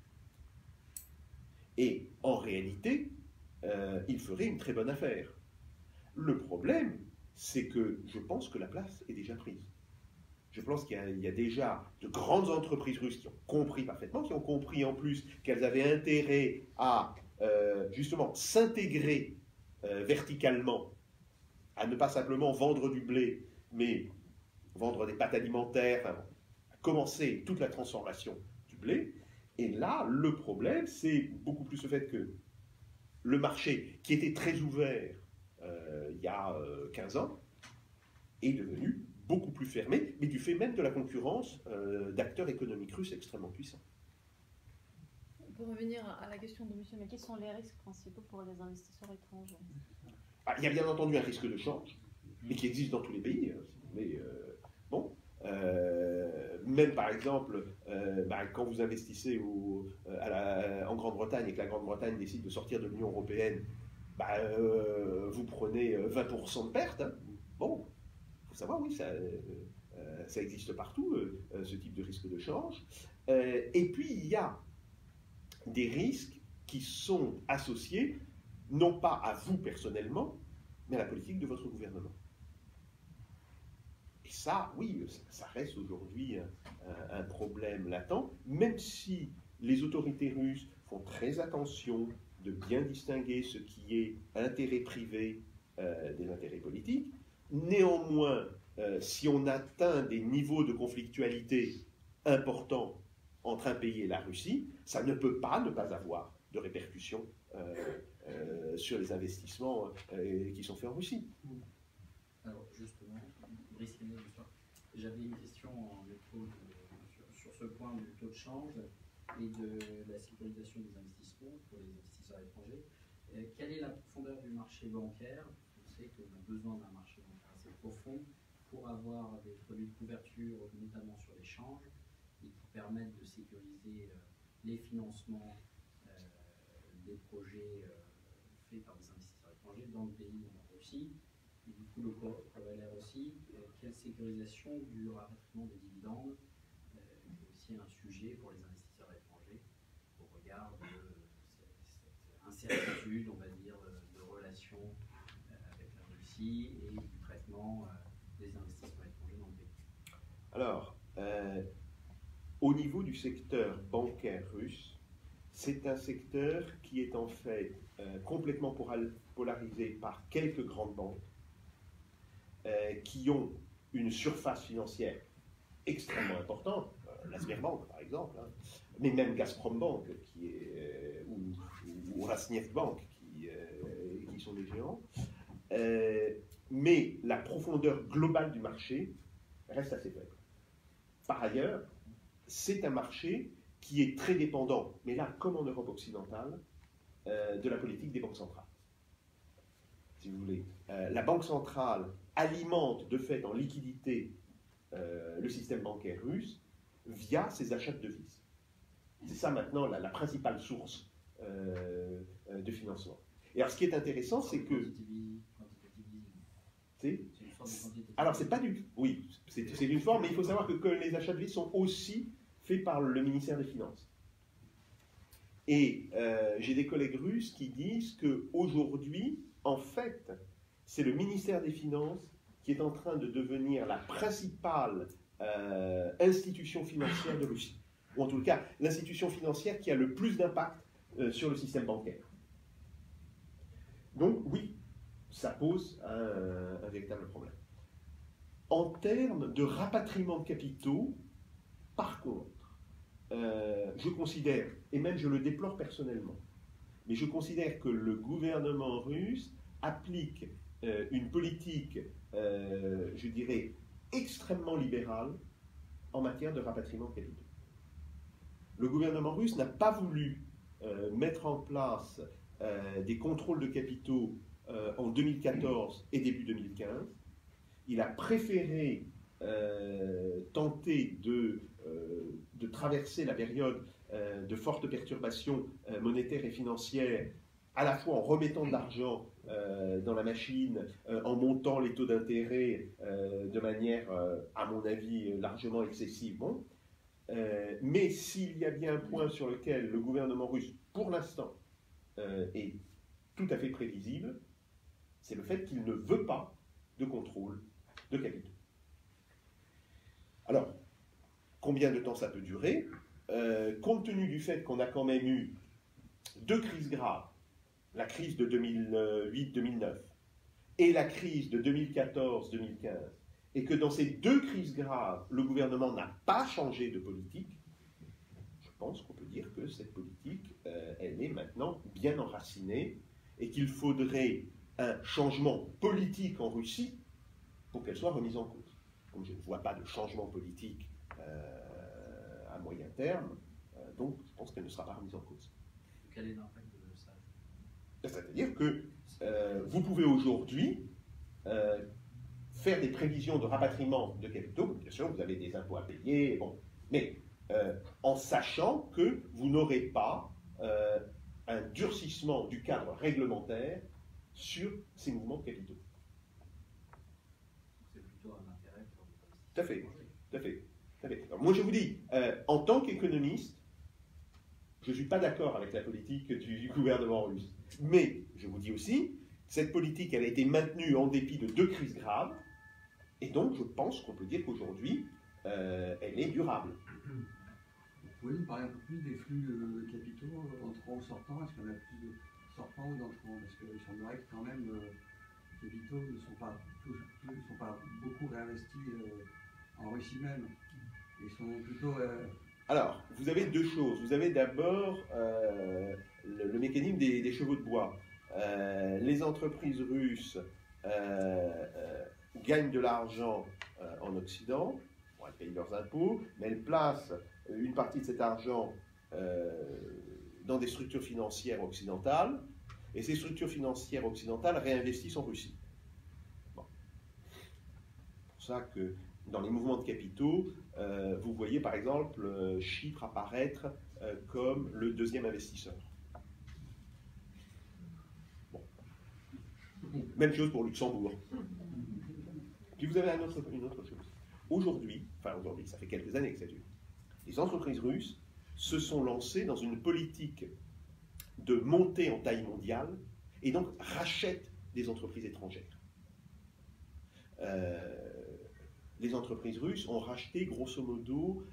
Speaker 1: Et en réalité, il ferait une très bonne affaire. Le problème, c'est que je pense que la place est déjà prise. Je pense qu'il y a déjà de grandes entreprises russes qui ont compris parfaitement, qui ont compris en plus qu'elles avaient intérêt à justement s'intégrer verticalement, à ne pas simplement vendre du blé, mais vendre des pâtes alimentaires, enfin, à commencer toute la transformation du blé. Et là, le problème, c'est beaucoup plus le fait que le marché, qui était très ouvert il y a 15 ans, est devenu beaucoup plus fermé, mais du fait même de la concurrence d'acteurs économiques russes extrêmement puissants.
Speaker 2: Pour revenir à la question de monsieur, mais quels sont les risques principaux pour les investisseurs étrangers?
Speaker 1: Il y a bien entendu un risque de change, mais qui existe dans tous les pays. Mais bon, même par exemple, quand vous investissez en Grande-Bretagne et que la Grande-Bretagne décide de sortir de l'Union européenne, vous prenez 20% de pertes. Hein. Bon, il faut savoir, oui, ça existe partout, ce type de risque de change. Et puis, il y a des risques qui sont associés, non pas à vous personnellement, mais à la politique de votre gouvernement. Et ça, oui, ça reste aujourd'hui un problème latent, même si les autorités russes font très attention de bien distinguer ce qui est intérêt privé des intérêts politiques. Néanmoins, si on atteint des niveaux de conflictualité importants entre un pays et la Russie, ça ne peut pas ne pas avoir de répercussions sur les investissements qui sont faits en Russie.
Speaker 4: Alors justement, Brice René, j'avais une question sur ce point du taux de change et de la sécurisation des investissements pour les investisseurs étrangers. Quelle est la profondeur du marché bancaire? On sait qu'on a besoin d'un marché bancaire assez profond pour avoir des produits de couverture, notamment sur les changes, et qui permettent de sécuriser les financements des projets faits par des investisseurs étrangers dans le pays, en Russie. Et du coup, le corollaire aussi, quelle sécurisation du rapatriement des dividendes, qui est aussi un sujet pour les investisseurs étrangers, au regard de cette incertitude, on va dire, de relations avec la Russie et du traitement des investissements étrangers dans le pays.
Speaker 1: Alors, au niveau du secteur bancaire russe, c'est un secteur qui est en fait complètement polarisé par quelques grandes banques qui ont une surface financière extrêmement importante, la Sberbank par exemple, hein, mais même Gazprom Bank qui est, ou Rosneft Bank qui sont des géants. Mais la profondeur globale du marché reste assez faible. Par ailleurs, c'est un marché qui est très dépendant, mais là, comme en Europe occidentale, de la politique des banques centrales. Si vous voulez, la banque centrale alimente de fait en liquidité le système bancaire russe via ses achats de devises. C'est ça maintenant la principale source de financement. Et alors ce qui est intéressant, c'est que... Alors c'est pas du... Oui, c'est une forme, mais il faut savoir que les achats de devises sont aussi faits par le ministère des Finances. Et j'ai des collègues russes qui disent qu'aujourd'hui, en fait, c'est le ministère des Finances qui est en train de devenir la principale institution financière de Russie. Ou en tout cas, l'institution financière qui a le plus d'impact sur le système bancaire. Donc oui, ça pose un véritable problème. En termes de rapatriement de capitaux, par contre, je considère, et même je le déplore personnellement, mais je considère que le gouvernement russe applique une politique, je dirais, extrêmement libérale en matière de rapatriement de capitaux. Le gouvernement russe n'a pas voulu mettre en place des contrôles de capitaux en 2014 et début 2015. Il a préféré tenter de traverser la période de fortes perturbations monétaires et financières, à la fois en remettant de l'argent dans la machine, en montant les taux d'intérêt de manière, à mon avis, largement excessive. Bon. Mais s'il y a bien un point sur lequel le gouvernement russe, pour l'instant, est tout à fait prévisible, c'est le fait qu'il ne veut pas de contrôle de capitaux. Alors, combien de temps ça peut durer? Compte tenu du fait qu'on a quand même eu deux crises graves, la crise de 2008-2009 et la crise de 2014-2015, et que dans ces deux crises graves, le gouvernement n'a pas changé de politique, je pense qu'on peut dire que cette politique, elle est maintenant bien enracinée et qu'il faudrait un changement politique en Russie pour qu'elle soit remise en cause. Comme je ne vois pas de changement politique à moyen terme, donc je pense qu'elle ne sera pas remise en cause.
Speaker 4: Quel est l'impact de ça?
Speaker 1: C'est-à-dire que vous pouvez aujourd'hui faire des prévisions de rapatriement de capitaux, bien sûr vous avez des impôts à payer, bon, mais en sachant que vous n'aurez pas un durcissement du cadre réglementaire sur ces mouvements de capitaux.
Speaker 4: C'est plutôt un intérêt pour les investisseurs.
Speaker 1: Tout à fait, tout à fait. Tout à fait. Alors, moi je vous dis, en tant qu'économiste, je ne suis pas d'accord avec la politique du gouvernement russe. Mais je vous dis aussi, cette politique elle a été maintenue en dépit de deux crises graves, et donc je pense qu'on peut dire qu'aujourd'hui, elle est durable.
Speaker 3: Vous pouvez nous parler un peu plus des flux de capitaux entrants ou sortants? Est-ce qu'il y en a plus de sortants ou d'entrants? Parce qu'il semblerait que quand même les capitaux ne sont pas beaucoup réinvestis en Russie même. Ils sont plutôt...
Speaker 1: Alors, vous avez deux choses. Vous avez d'abord le mécanisme des chevaux de bois. Les entreprises russes gagnent de l'argent en Occident, bon, elles payent leurs impôts, mais elles placent une partie de cet argent dans des structures financières occidentales, et ces structures financières occidentales réinvestissent en Russie. Bon. C'est pour ça que dans les mouvements de capitaux, vous voyez par exemple Chypre apparaître comme le deuxième investisseur. Bon. Même chose pour Luxembourg. Puis vous avez une autre chose. Aujourd'hui, ça fait quelques années que ça dure, les entreprises russes se sont lancées dans une politique de montée en taille mondiale et donc rachètent des entreprises étrangères. Les entreprises russes ont racheté grosso modo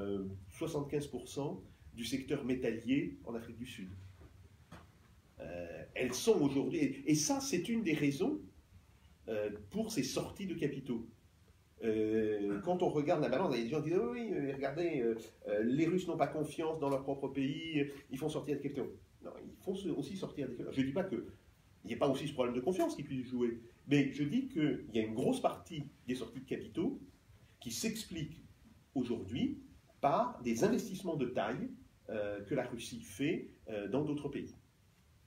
Speaker 1: 75% du secteur métallier en Afrique du Sud. Elles sont aujourd'hui, et ça c'est une des raisons pour ces sorties de capitaux. Quand on regarde la balance, il y a des gens qui disent oh oui, regardez, les Russes n'ont pas confiance dans leur propre pays, ils font sortir des capitaux. Non, ils font aussi sortir des capitaux. Je ne dis pas qu'il n'y ait pas aussi ce problème de confiance qui puisse jouer, mais je dis qu'il y a une grosse partie des sorties de capitaux qui s'explique aujourd'hui par des investissements de taille que la Russie fait dans d'autres pays.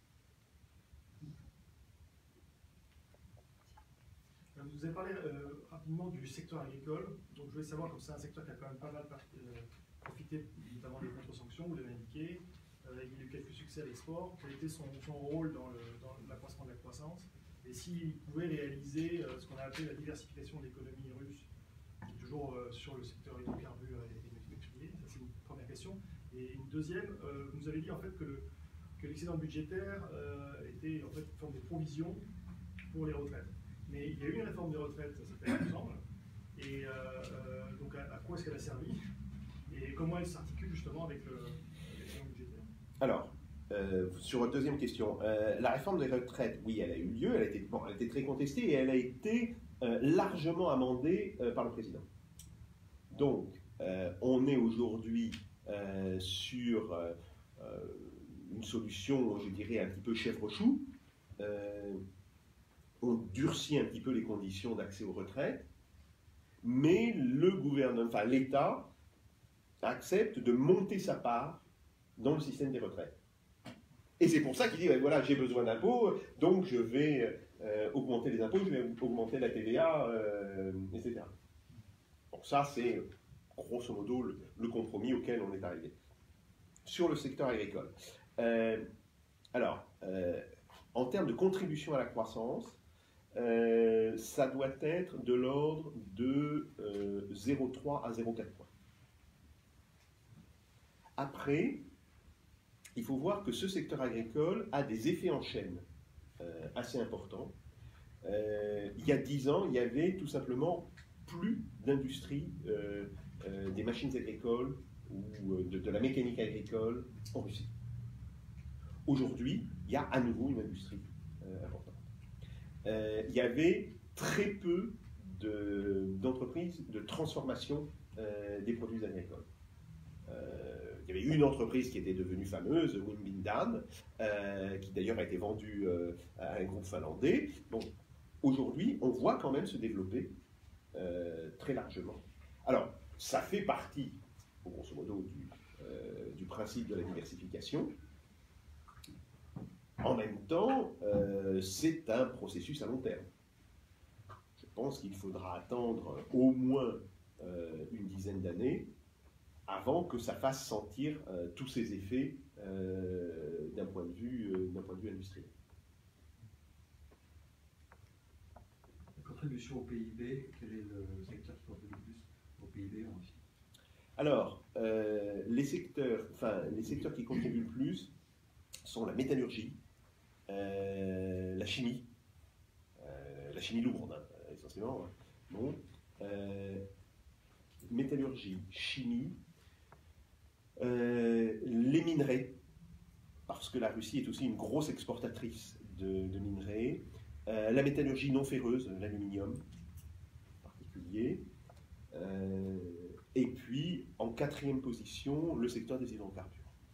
Speaker 5: Vous avez parlé rapidement du secteur agricole. Donc je voulais savoir, comme c'est un secteur qui a quand même pas mal profité, notamment des contre-sanctions, vous l'avez indiqué, il a eu quelques succès à l'export. Quel était son rôle dans l'accroissement de la croissance? Et s'il pouvait réaliser ce qu'on a appelé la diversification de l'économie russe, qui est toujours sur le secteur hydrocarbures et pétrolier. Ça, c'est une première question. Et une deuxième, vous nous avez dit en fait que l'excédent budgétaire était en fait une forme de provision pour les retraites. Mais il y a eu une réforme des retraites, ça s'appelle ensemble. Et donc à quoi est-ce qu'elle a servi? Et comment elle s'articule justement avec l'excédent budgétaire?
Speaker 1: Alors, sur votre deuxième question, la réforme des retraites, oui, elle a eu lieu, elle a été très contestée et elle a été largement amendée par le président. Donc, on est aujourd'hui sur une solution, je dirais, un petit peu chèvre-chou. On durcit un petit peu les conditions d'accès aux retraites, mais le gouvernement, enfin l'État, accepte de monter sa part dans le système des retraites. Et c'est pour ça qu'il dit, voilà, j'ai besoin d'impôts, donc je vais augmenter les impôts, je vais augmenter la TVA, etc. Bon, ça, c'est grosso modo le compromis auquel on est arrivé. Sur le secteur agricole. En termes de contribution à la croissance, ça doit être de l'ordre de 0,3 à 0,4 points. Après, il faut voir que ce secteur agricole a des effets en chaîne assez importants. Il y a 10 ans, il y avait tout simplement plus d'industrie des machines agricoles ou de la mécanique agricole en Russie. Aujourd'hui, il y a à nouveau une industrie importante. Il y avait très peu d'entreprises de transformation des produits agricoles. Il y avait une entreprise qui était devenue fameuse, Wimbindan, qui d'ailleurs a été vendue à un groupe finlandais. Donc aujourd'hui, on voit quand même se développer très largement. Alors, ça fait partie, grosso modo, du principe de la diversification. En même temps, c'est un processus à long terme. Je pense qu'il faudra attendre au moins une dizaine d'années avant que ça fasse sentir tous ces effets d'un point de vue industriel.
Speaker 3: La contribution au PIB, quel est le secteur qui contribue le plus au PIB en Russie?
Speaker 1: Alors, les secteurs qui contribuent le plus sont la métallurgie, la chimie lourde, hein, essentiellement. Bon. Métallurgie, chimie, les minerais, parce que la Russie est aussi une grosse exportatrice de minerais, la métallurgie non ferreuse, l'aluminium en particulier, et puis en quatrième position, le secteur des hydrocarbures.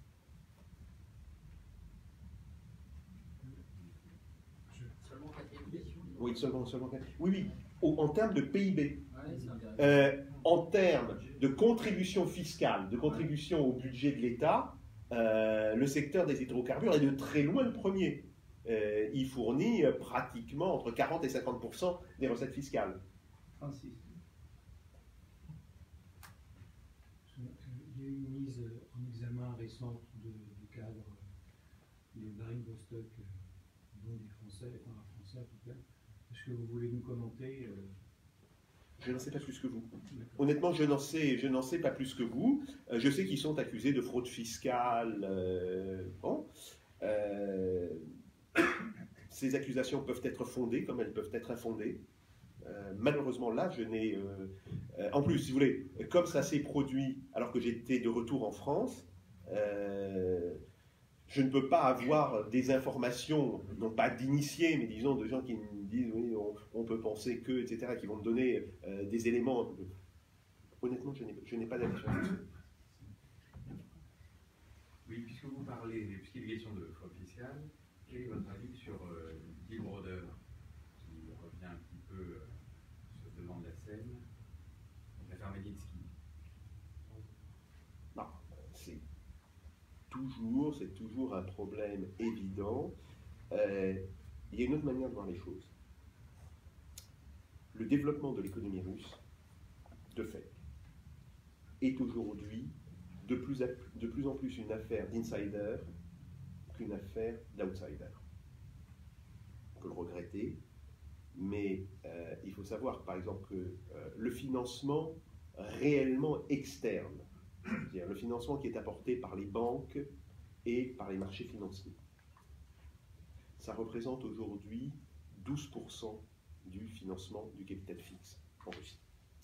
Speaker 4: Seulement quatrième position.
Speaker 1: Oui, seulement 4. Oui, en termes de PIB.
Speaker 4: Ouais,
Speaker 1: En termes de contribution fiscale, de contribution au budget de l'État, le secteur des hydrocarbures est de très loin le premier. Il fournit pratiquement entre 40 et 50% des recettes fiscales.
Speaker 6: Francis. Il y a eu une mise en examen récente du cadre des marines Vostok, dont des Français, enfin un Français en tout cas. Est-ce que vous voulez nous commenter
Speaker 1: Je n'en sais pas plus que vous. Honnêtement, je n'en sais pas plus que vous. Je sais qu'ils sont accusés de fraude fiscale. Ces accusations peuvent être fondées comme elles peuvent être infondées. Malheureusement, là, je n'ai... en plus, si vous voulez, comme ça s'est produit alors que j'étais de retour en France, je ne peux pas avoir des informations, non pas d'initiés, mais disons de gens qui me disent oui, on peut penser que, etc., qui vont me donner des éléments. Honnêtement, je n'ai pas d'avis sur ça.
Speaker 7: Oui, puisqu'il est question de fraude fiscale, quel est votre avis sur Bill Browder, qui revient un petit peu sur le devant de la scène, l'affaire Magnitsky?
Speaker 1: Non, c'est toujours un problème évident. Il y a une autre manière de voir les choses. le développement de l'économie russe, de fait, est aujourd'hui de plus en plus une affaire d'insider qu'une affaire d'outsider. On peut le regretter, mais il faut savoir, par exemple, que le financement réellement externe, c'est-à-dire le financement qui est apporté par les banques et par les marchés financiers, ça représente aujourd'hui 12% du financement du capital fixe en Russie.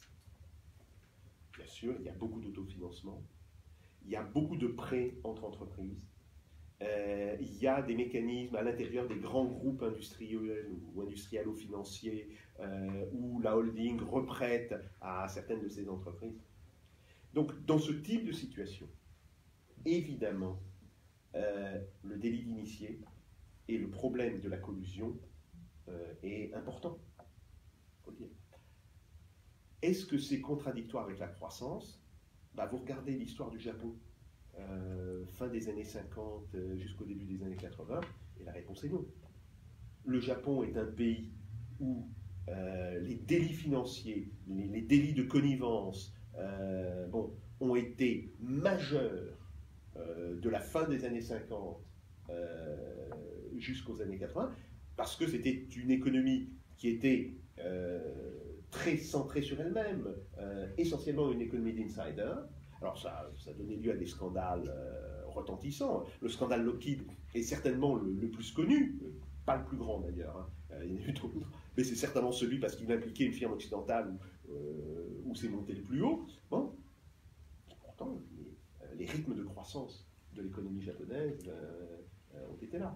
Speaker 1: Bien sûr, il y a beaucoup d'autofinancement, il y a beaucoup de prêts entre entreprises, il y a des mécanismes à l'intérieur des grands groupes industriels ou industrialo-financiers où la holding reprête à certaines de ces entreprises. Donc, dans ce type de situation, évidemment, le délit d'initié et le problème de la collusion est important, faut le dire. Est-ce que c'est contradictoire avec la croissance? Vous regardez l'histoire du Japon, fin des années 50 jusqu'au début des années 80, et la réponse est non. Le Japon est un pays où les délits financiers, les délits de connivence ont été majeurs de la fin des années 50 jusqu'aux années 80, parce que c'était une économie qui était très centrée sur elle-même, essentiellement une économie d'insider. Alors ça donnait lieu à des scandales retentissants. Le scandale Lockheed est certainement le plus connu, pas le plus grand d'ailleurs, hein. Il y en a eu d'autres, mais c'est certainement celui parce qu'il impliquait une firme occidentale où c'est monté le plus haut. Bon. Pourtant, les rythmes de croissance de l'économie japonaise ont été là.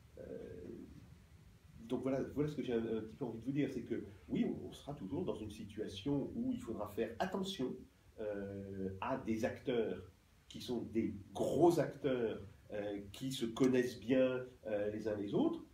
Speaker 1: Donc voilà ce que j'ai un petit peu envie de vous dire, c'est que oui, on sera toujours dans une situation où il faudra faire attention à des acteurs qui sont des gros acteurs qui se connaissent bien les uns les autres.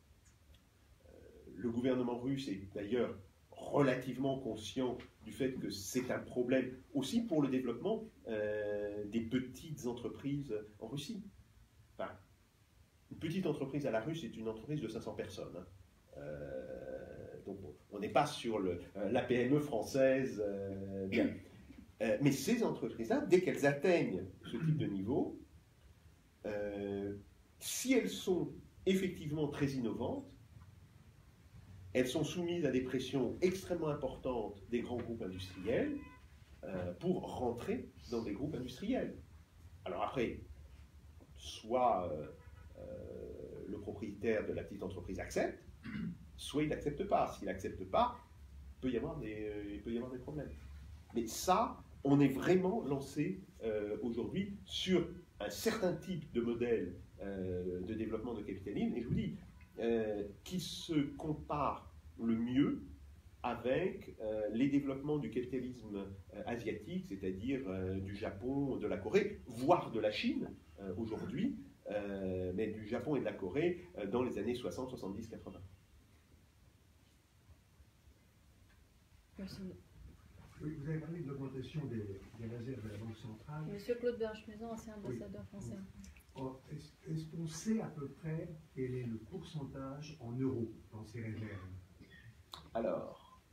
Speaker 1: Le gouvernement russe est d'ailleurs relativement conscient du fait que c'est un problème aussi pour le développement des petites entreprises en Russie. Enfin, une petite entreprise à la Russe est une entreprise de 500 personnes. Hein. Donc on n'est pas sur la PME française. Bien. Mais ces entreprises-là, dès qu'elles atteignent ce type de niveau, si elles sont effectivement très innovantes, elles sont soumises à des pressions extrêmement importantes des grands groupes industriels pour rentrer dans des groupes industriels. Alors après, soit le propriétaire de la petite entreprise accepte, soit il n'accepte pas. S'il n'accepte pas, il peut y avoir des problèmes. Mais ça, on est vraiment lancé aujourd'hui sur un certain type de modèle de développement de capitalisme, et je vous dis, qui se compare le mieux avec les développements du capitalisme asiatique, c'est-à-dire du Japon, de la Corée, voire de la Chine aujourd'hui, mais du Japon et de la Corée dans les années 60, 70, 80.
Speaker 2: Merci.
Speaker 8: Oui, vous avez parlé de l'augmentation des réserves de la Banque centrale.
Speaker 2: Monsieur Claude Berge-Maison, ancien ambassadeur français.
Speaker 8: Est-ce qu'on sait à peu près quel est le pourcentage en euros dans ces réserves?
Speaker 1: Alors,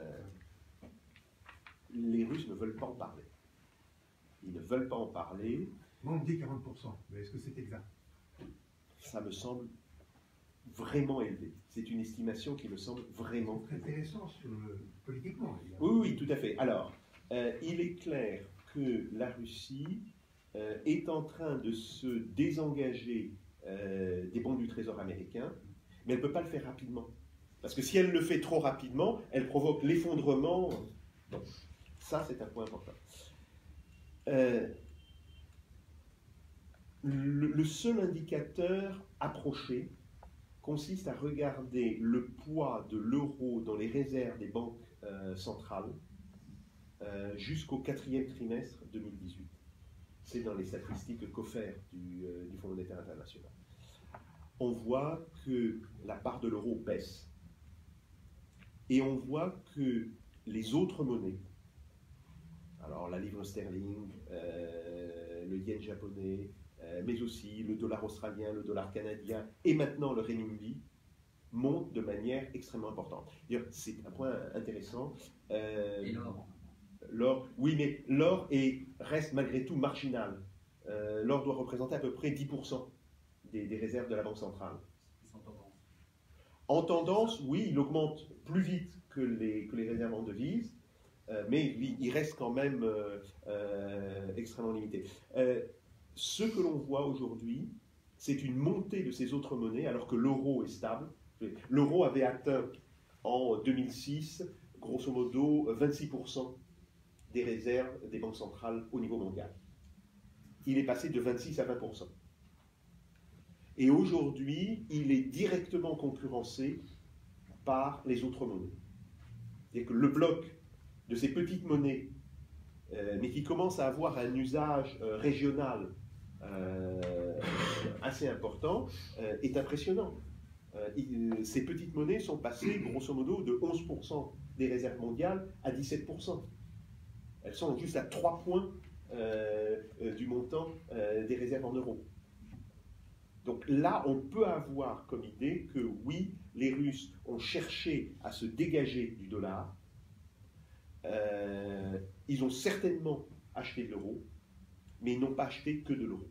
Speaker 1: les Russes ne veulent pas en parler. Ils ne veulent pas en parler.
Speaker 8: Moi, on me dit 40%, mais est-ce que c'est exact?
Speaker 1: Ça me semble vraiment élevé. C'est une estimation qui me semble vraiment
Speaker 8: très intéressant politiquement.
Speaker 1: Oui, tout à fait. Alors, il est clair que la Russie est en train de se désengager des bons du Trésor américain, mais elle ne peut pas le faire rapidement. Parce que si elle le fait trop rapidement, elle provoque l'effondrement. Donc, ça, c'est un point important. Le seul indicateur approché consiste à regarder le poids de l'euro dans les réserves des banques centrales jusqu'au 4e trimestre 2018. C'est dans les statistiques COFER du Fonds monétaire international. On voit que la part de l'euro baisse. Et on voit que les autres monnaies, alors la livre sterling, le yen japonais, mais aussi le dollar australien, le dollar canadien et maintenant le renminbi, monte de manière extrêmement importante. D'ailleurs, c'est un point intéressant.
Speaker 4: Et l'or.
Speaker 1: L'or, oui, mais l'or reste malgré tout marginal. L'or doit représenter à peu près 10% des réserves de la Banque centrale.
Speaker 4: C'est en tendance.
Speaker 1: En tendance, oui, il augmente plus vite que les réserves en devises, mais il reste quand même extrêmement limité. Ce que l'on voit aujourd'hui, c'est une montée de ces autres monnaies alors que l'euro est stable. L'euro avait atteint en 2006, grosso modo, 26% des réserves des banques centrales au niveau mondial. Il est passé de 26 à 20%. Et aujourd'hui, il est directement concurrencé par les autres monnaies. C'est-à-dire que le bloc de ces petites monnaies, mais qui commencent à avoir un usage régional assez important, est impressionnant. Ces petites monnaies sont passées, grosso modo, de 11% des réserves mondiales à 17%. Elles sont juste à 3 points du montant des réserves en euros. Donc là, on peut avoir comme idée que oui, les Russes ont cherché à se dégager du dollar. Ils ont certainement acheté de l'euro, mais ils n'ont pas acheté que de l'euro.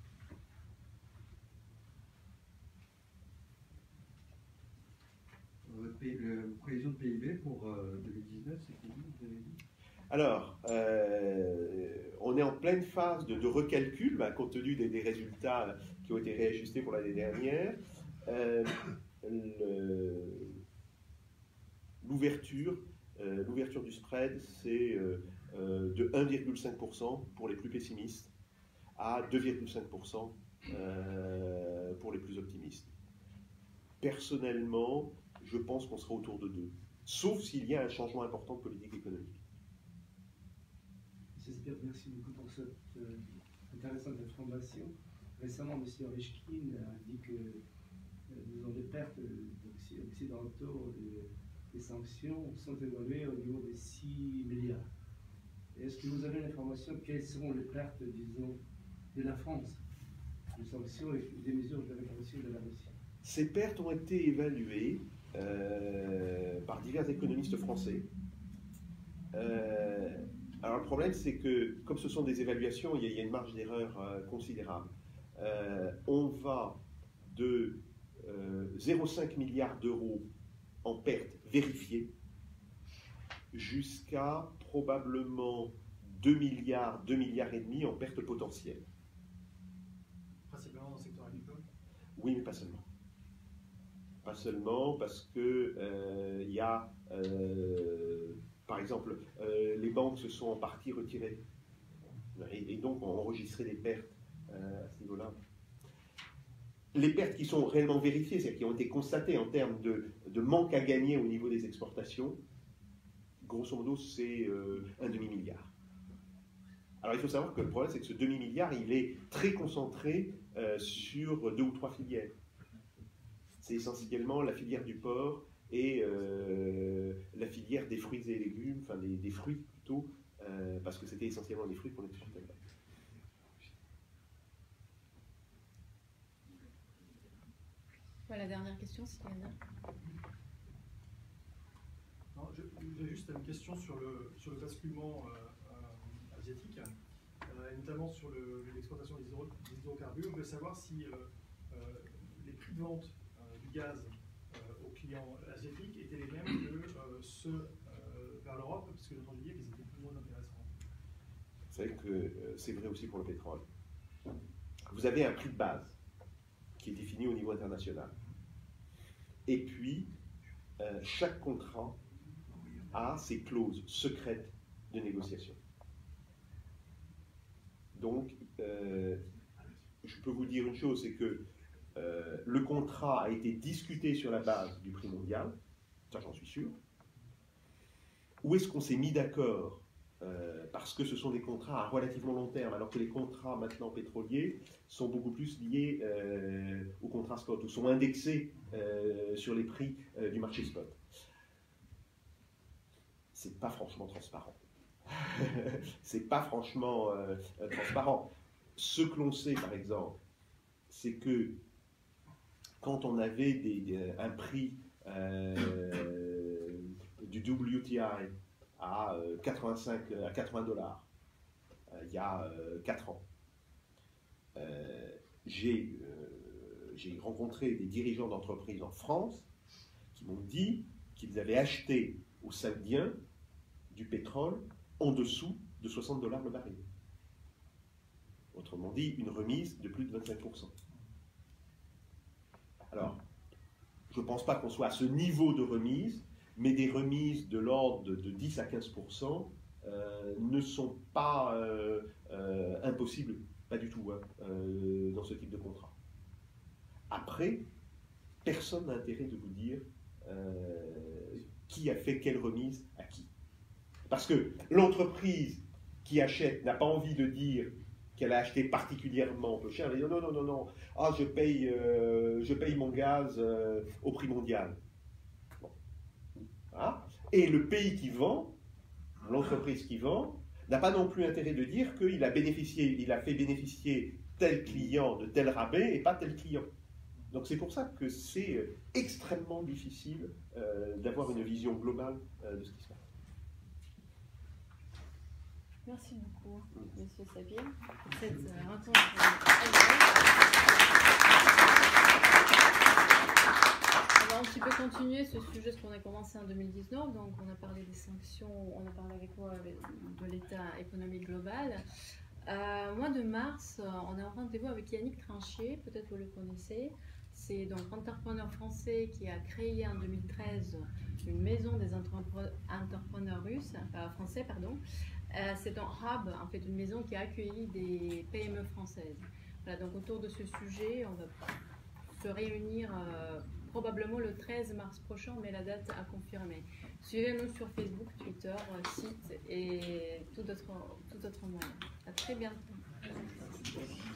Speaker 3: Le prévision de PIB pour 2019, c'est combien, vous avez dit?
Speaker 1: Alors, on est en pleine phase de recalcul, compte tenu des résultats qui ont été réajustés pour l'année dernière. L'ouverture du spread, c'est de 1,5% pour les plus pessimistes à 2,5% pour les plus optimistes. Personnellement, je pense qu'on sera autour de 2, sauf s'il y a un changement important de politique économique.
Speaker 9: Merci beaucoup pour cette intéressante information. Récemment, M. Ovechkin a dit que disons, les pertes occidentaux des sanctions sont évaluées au niveau de 6 milliards. Est-ce que vous avez l'information quelles seront les pertes, disons, de la France, des sanctions et des mesures de répression de la Russie?
Speaker 1: Ces pertes ont été évaluées par divers économistes français. Alors le problème, c'est que, comme ce sont des évaluations, il y a une marge d'erreur considérable. On va de 0,5 milliards d'euros en pertes vérifiées jusqu'à probablement 2 milliards et demi en pertes potentielles.
Speaker 5: Principalement dans le secteur agricole?
Speaker 1: Oui, mais pas seulement. Pas seulement parce que il y a... par exemple, les banques se sont en partie retirées et donc ont enregistré des pertes à ce niveau-là. Les pertes qui sont réellement vérifiées, c'est-à-dire qui ont été constatées en termes de manque à gagner au niveau des exportations, grosso modo, c'est un demi-milliard. Alors il faut savoir que le problème, c'est que ce demi-milliard, il est très concentré sur 2 ou 3 filières. C'est essentiellement la filière du porc et la filière des fruits et légumes, enfin des fruits plutôt, parce que c'était essentiellement des fruits qu'on était tout à l'heure.
Speaker 2: Voilà, dernière question, s'il y en a.
Speaker 5: J'ai juste une question sur le basculement asiatique, notamment sur l'exportation des hydrocarbures. Je voulais savoir si les prix de vente du gaz aux clients asiatiques étaient les mêmes que ceux vers l'Europe, parce que j'ai entendu dire qu'ils étaient plus ou moins intéressants.
Speaker 1: Vous savez que c'est vrai aussi pour le pétrole. Vous avez un prix de base qui est défini au niveau international. Et puis, chaque contrat a ses clauses secrètes de négociation. Donc, je peux vous dire une chose, c'est que le contrat a été discuté sur la base du prix mondial, ça j'en suis sûr. Où est-ce qu'on s'est mis d'accord parce que ce sont des contrats à relativement long terme, alors que les contrats maintenant pétroliers sont beaucoup plus liés aux contrats spot, ou sont indexés sur les prix du marché spot. C'est pas franchement transparent. C'est pas franchement transparent. Ce que l'on sait, par exemple, c'est que quand on avait un prix du WTI à 80 dollars il y a 4 ans. J'ai rencontré des dirigeants d'entreprises en France qui m'ont dit qu'ils avaient acheté aux Saoudiens du pétrole en dessous de 60 dollars le baril. Autrement dit, une remise de plus de 25%. Alors, je ne pense pas qu'on soit à ce niveau de remise, mais des remises de l'ordre de 10 à 15% ne sont pas impossibles, pas du tout, hein, dans ce type de contrat. Après, personne n'a intérêt de vous dire qui a fait quelle remise à qui. Parce que l'entreprise qui achète n'a pas envie de dire qu'elle a acheté particulièrement peu cher. Elle dit non, non, non, non, ah, je paye mon gaz au prix mondial. Bon. Voilà. Et le pays qui vend, l'entreprise qui vend, n'a pas non plus intérêt de dire qu'il a fait bénéficier tel client de tel rabais et pas tel client. Donc c'est pour ça que c'est extrêmement difficile d'avoir une vision globale de ce qui se passe.
Speaker 2: Merci beaucoup, Monsieur Sabir, pour cette rencontre. On va un petit peu continuer ce sujet, ce qu'on a commencé en 2019. Donc, on a parlé des sanctions, on a parlé avec vous de l'état économique global. Mois de mars, on a un rendez-vous avec Yannick Trinchier, peut-être vous le connaissez. C'est donc un entrepreneur français qui a créé en 2013 une maison des entrepreneurs français. C'est un hub, en fait, une maison qui a accueilli des PME françaises. Voilà, donc autour de ce sujet, on va se réunir probablement le 13 mars prochain, mais la date à confirmer. Suivez-nous sur Facebook, Twitter, site et tout autre moyen. À très bientôt.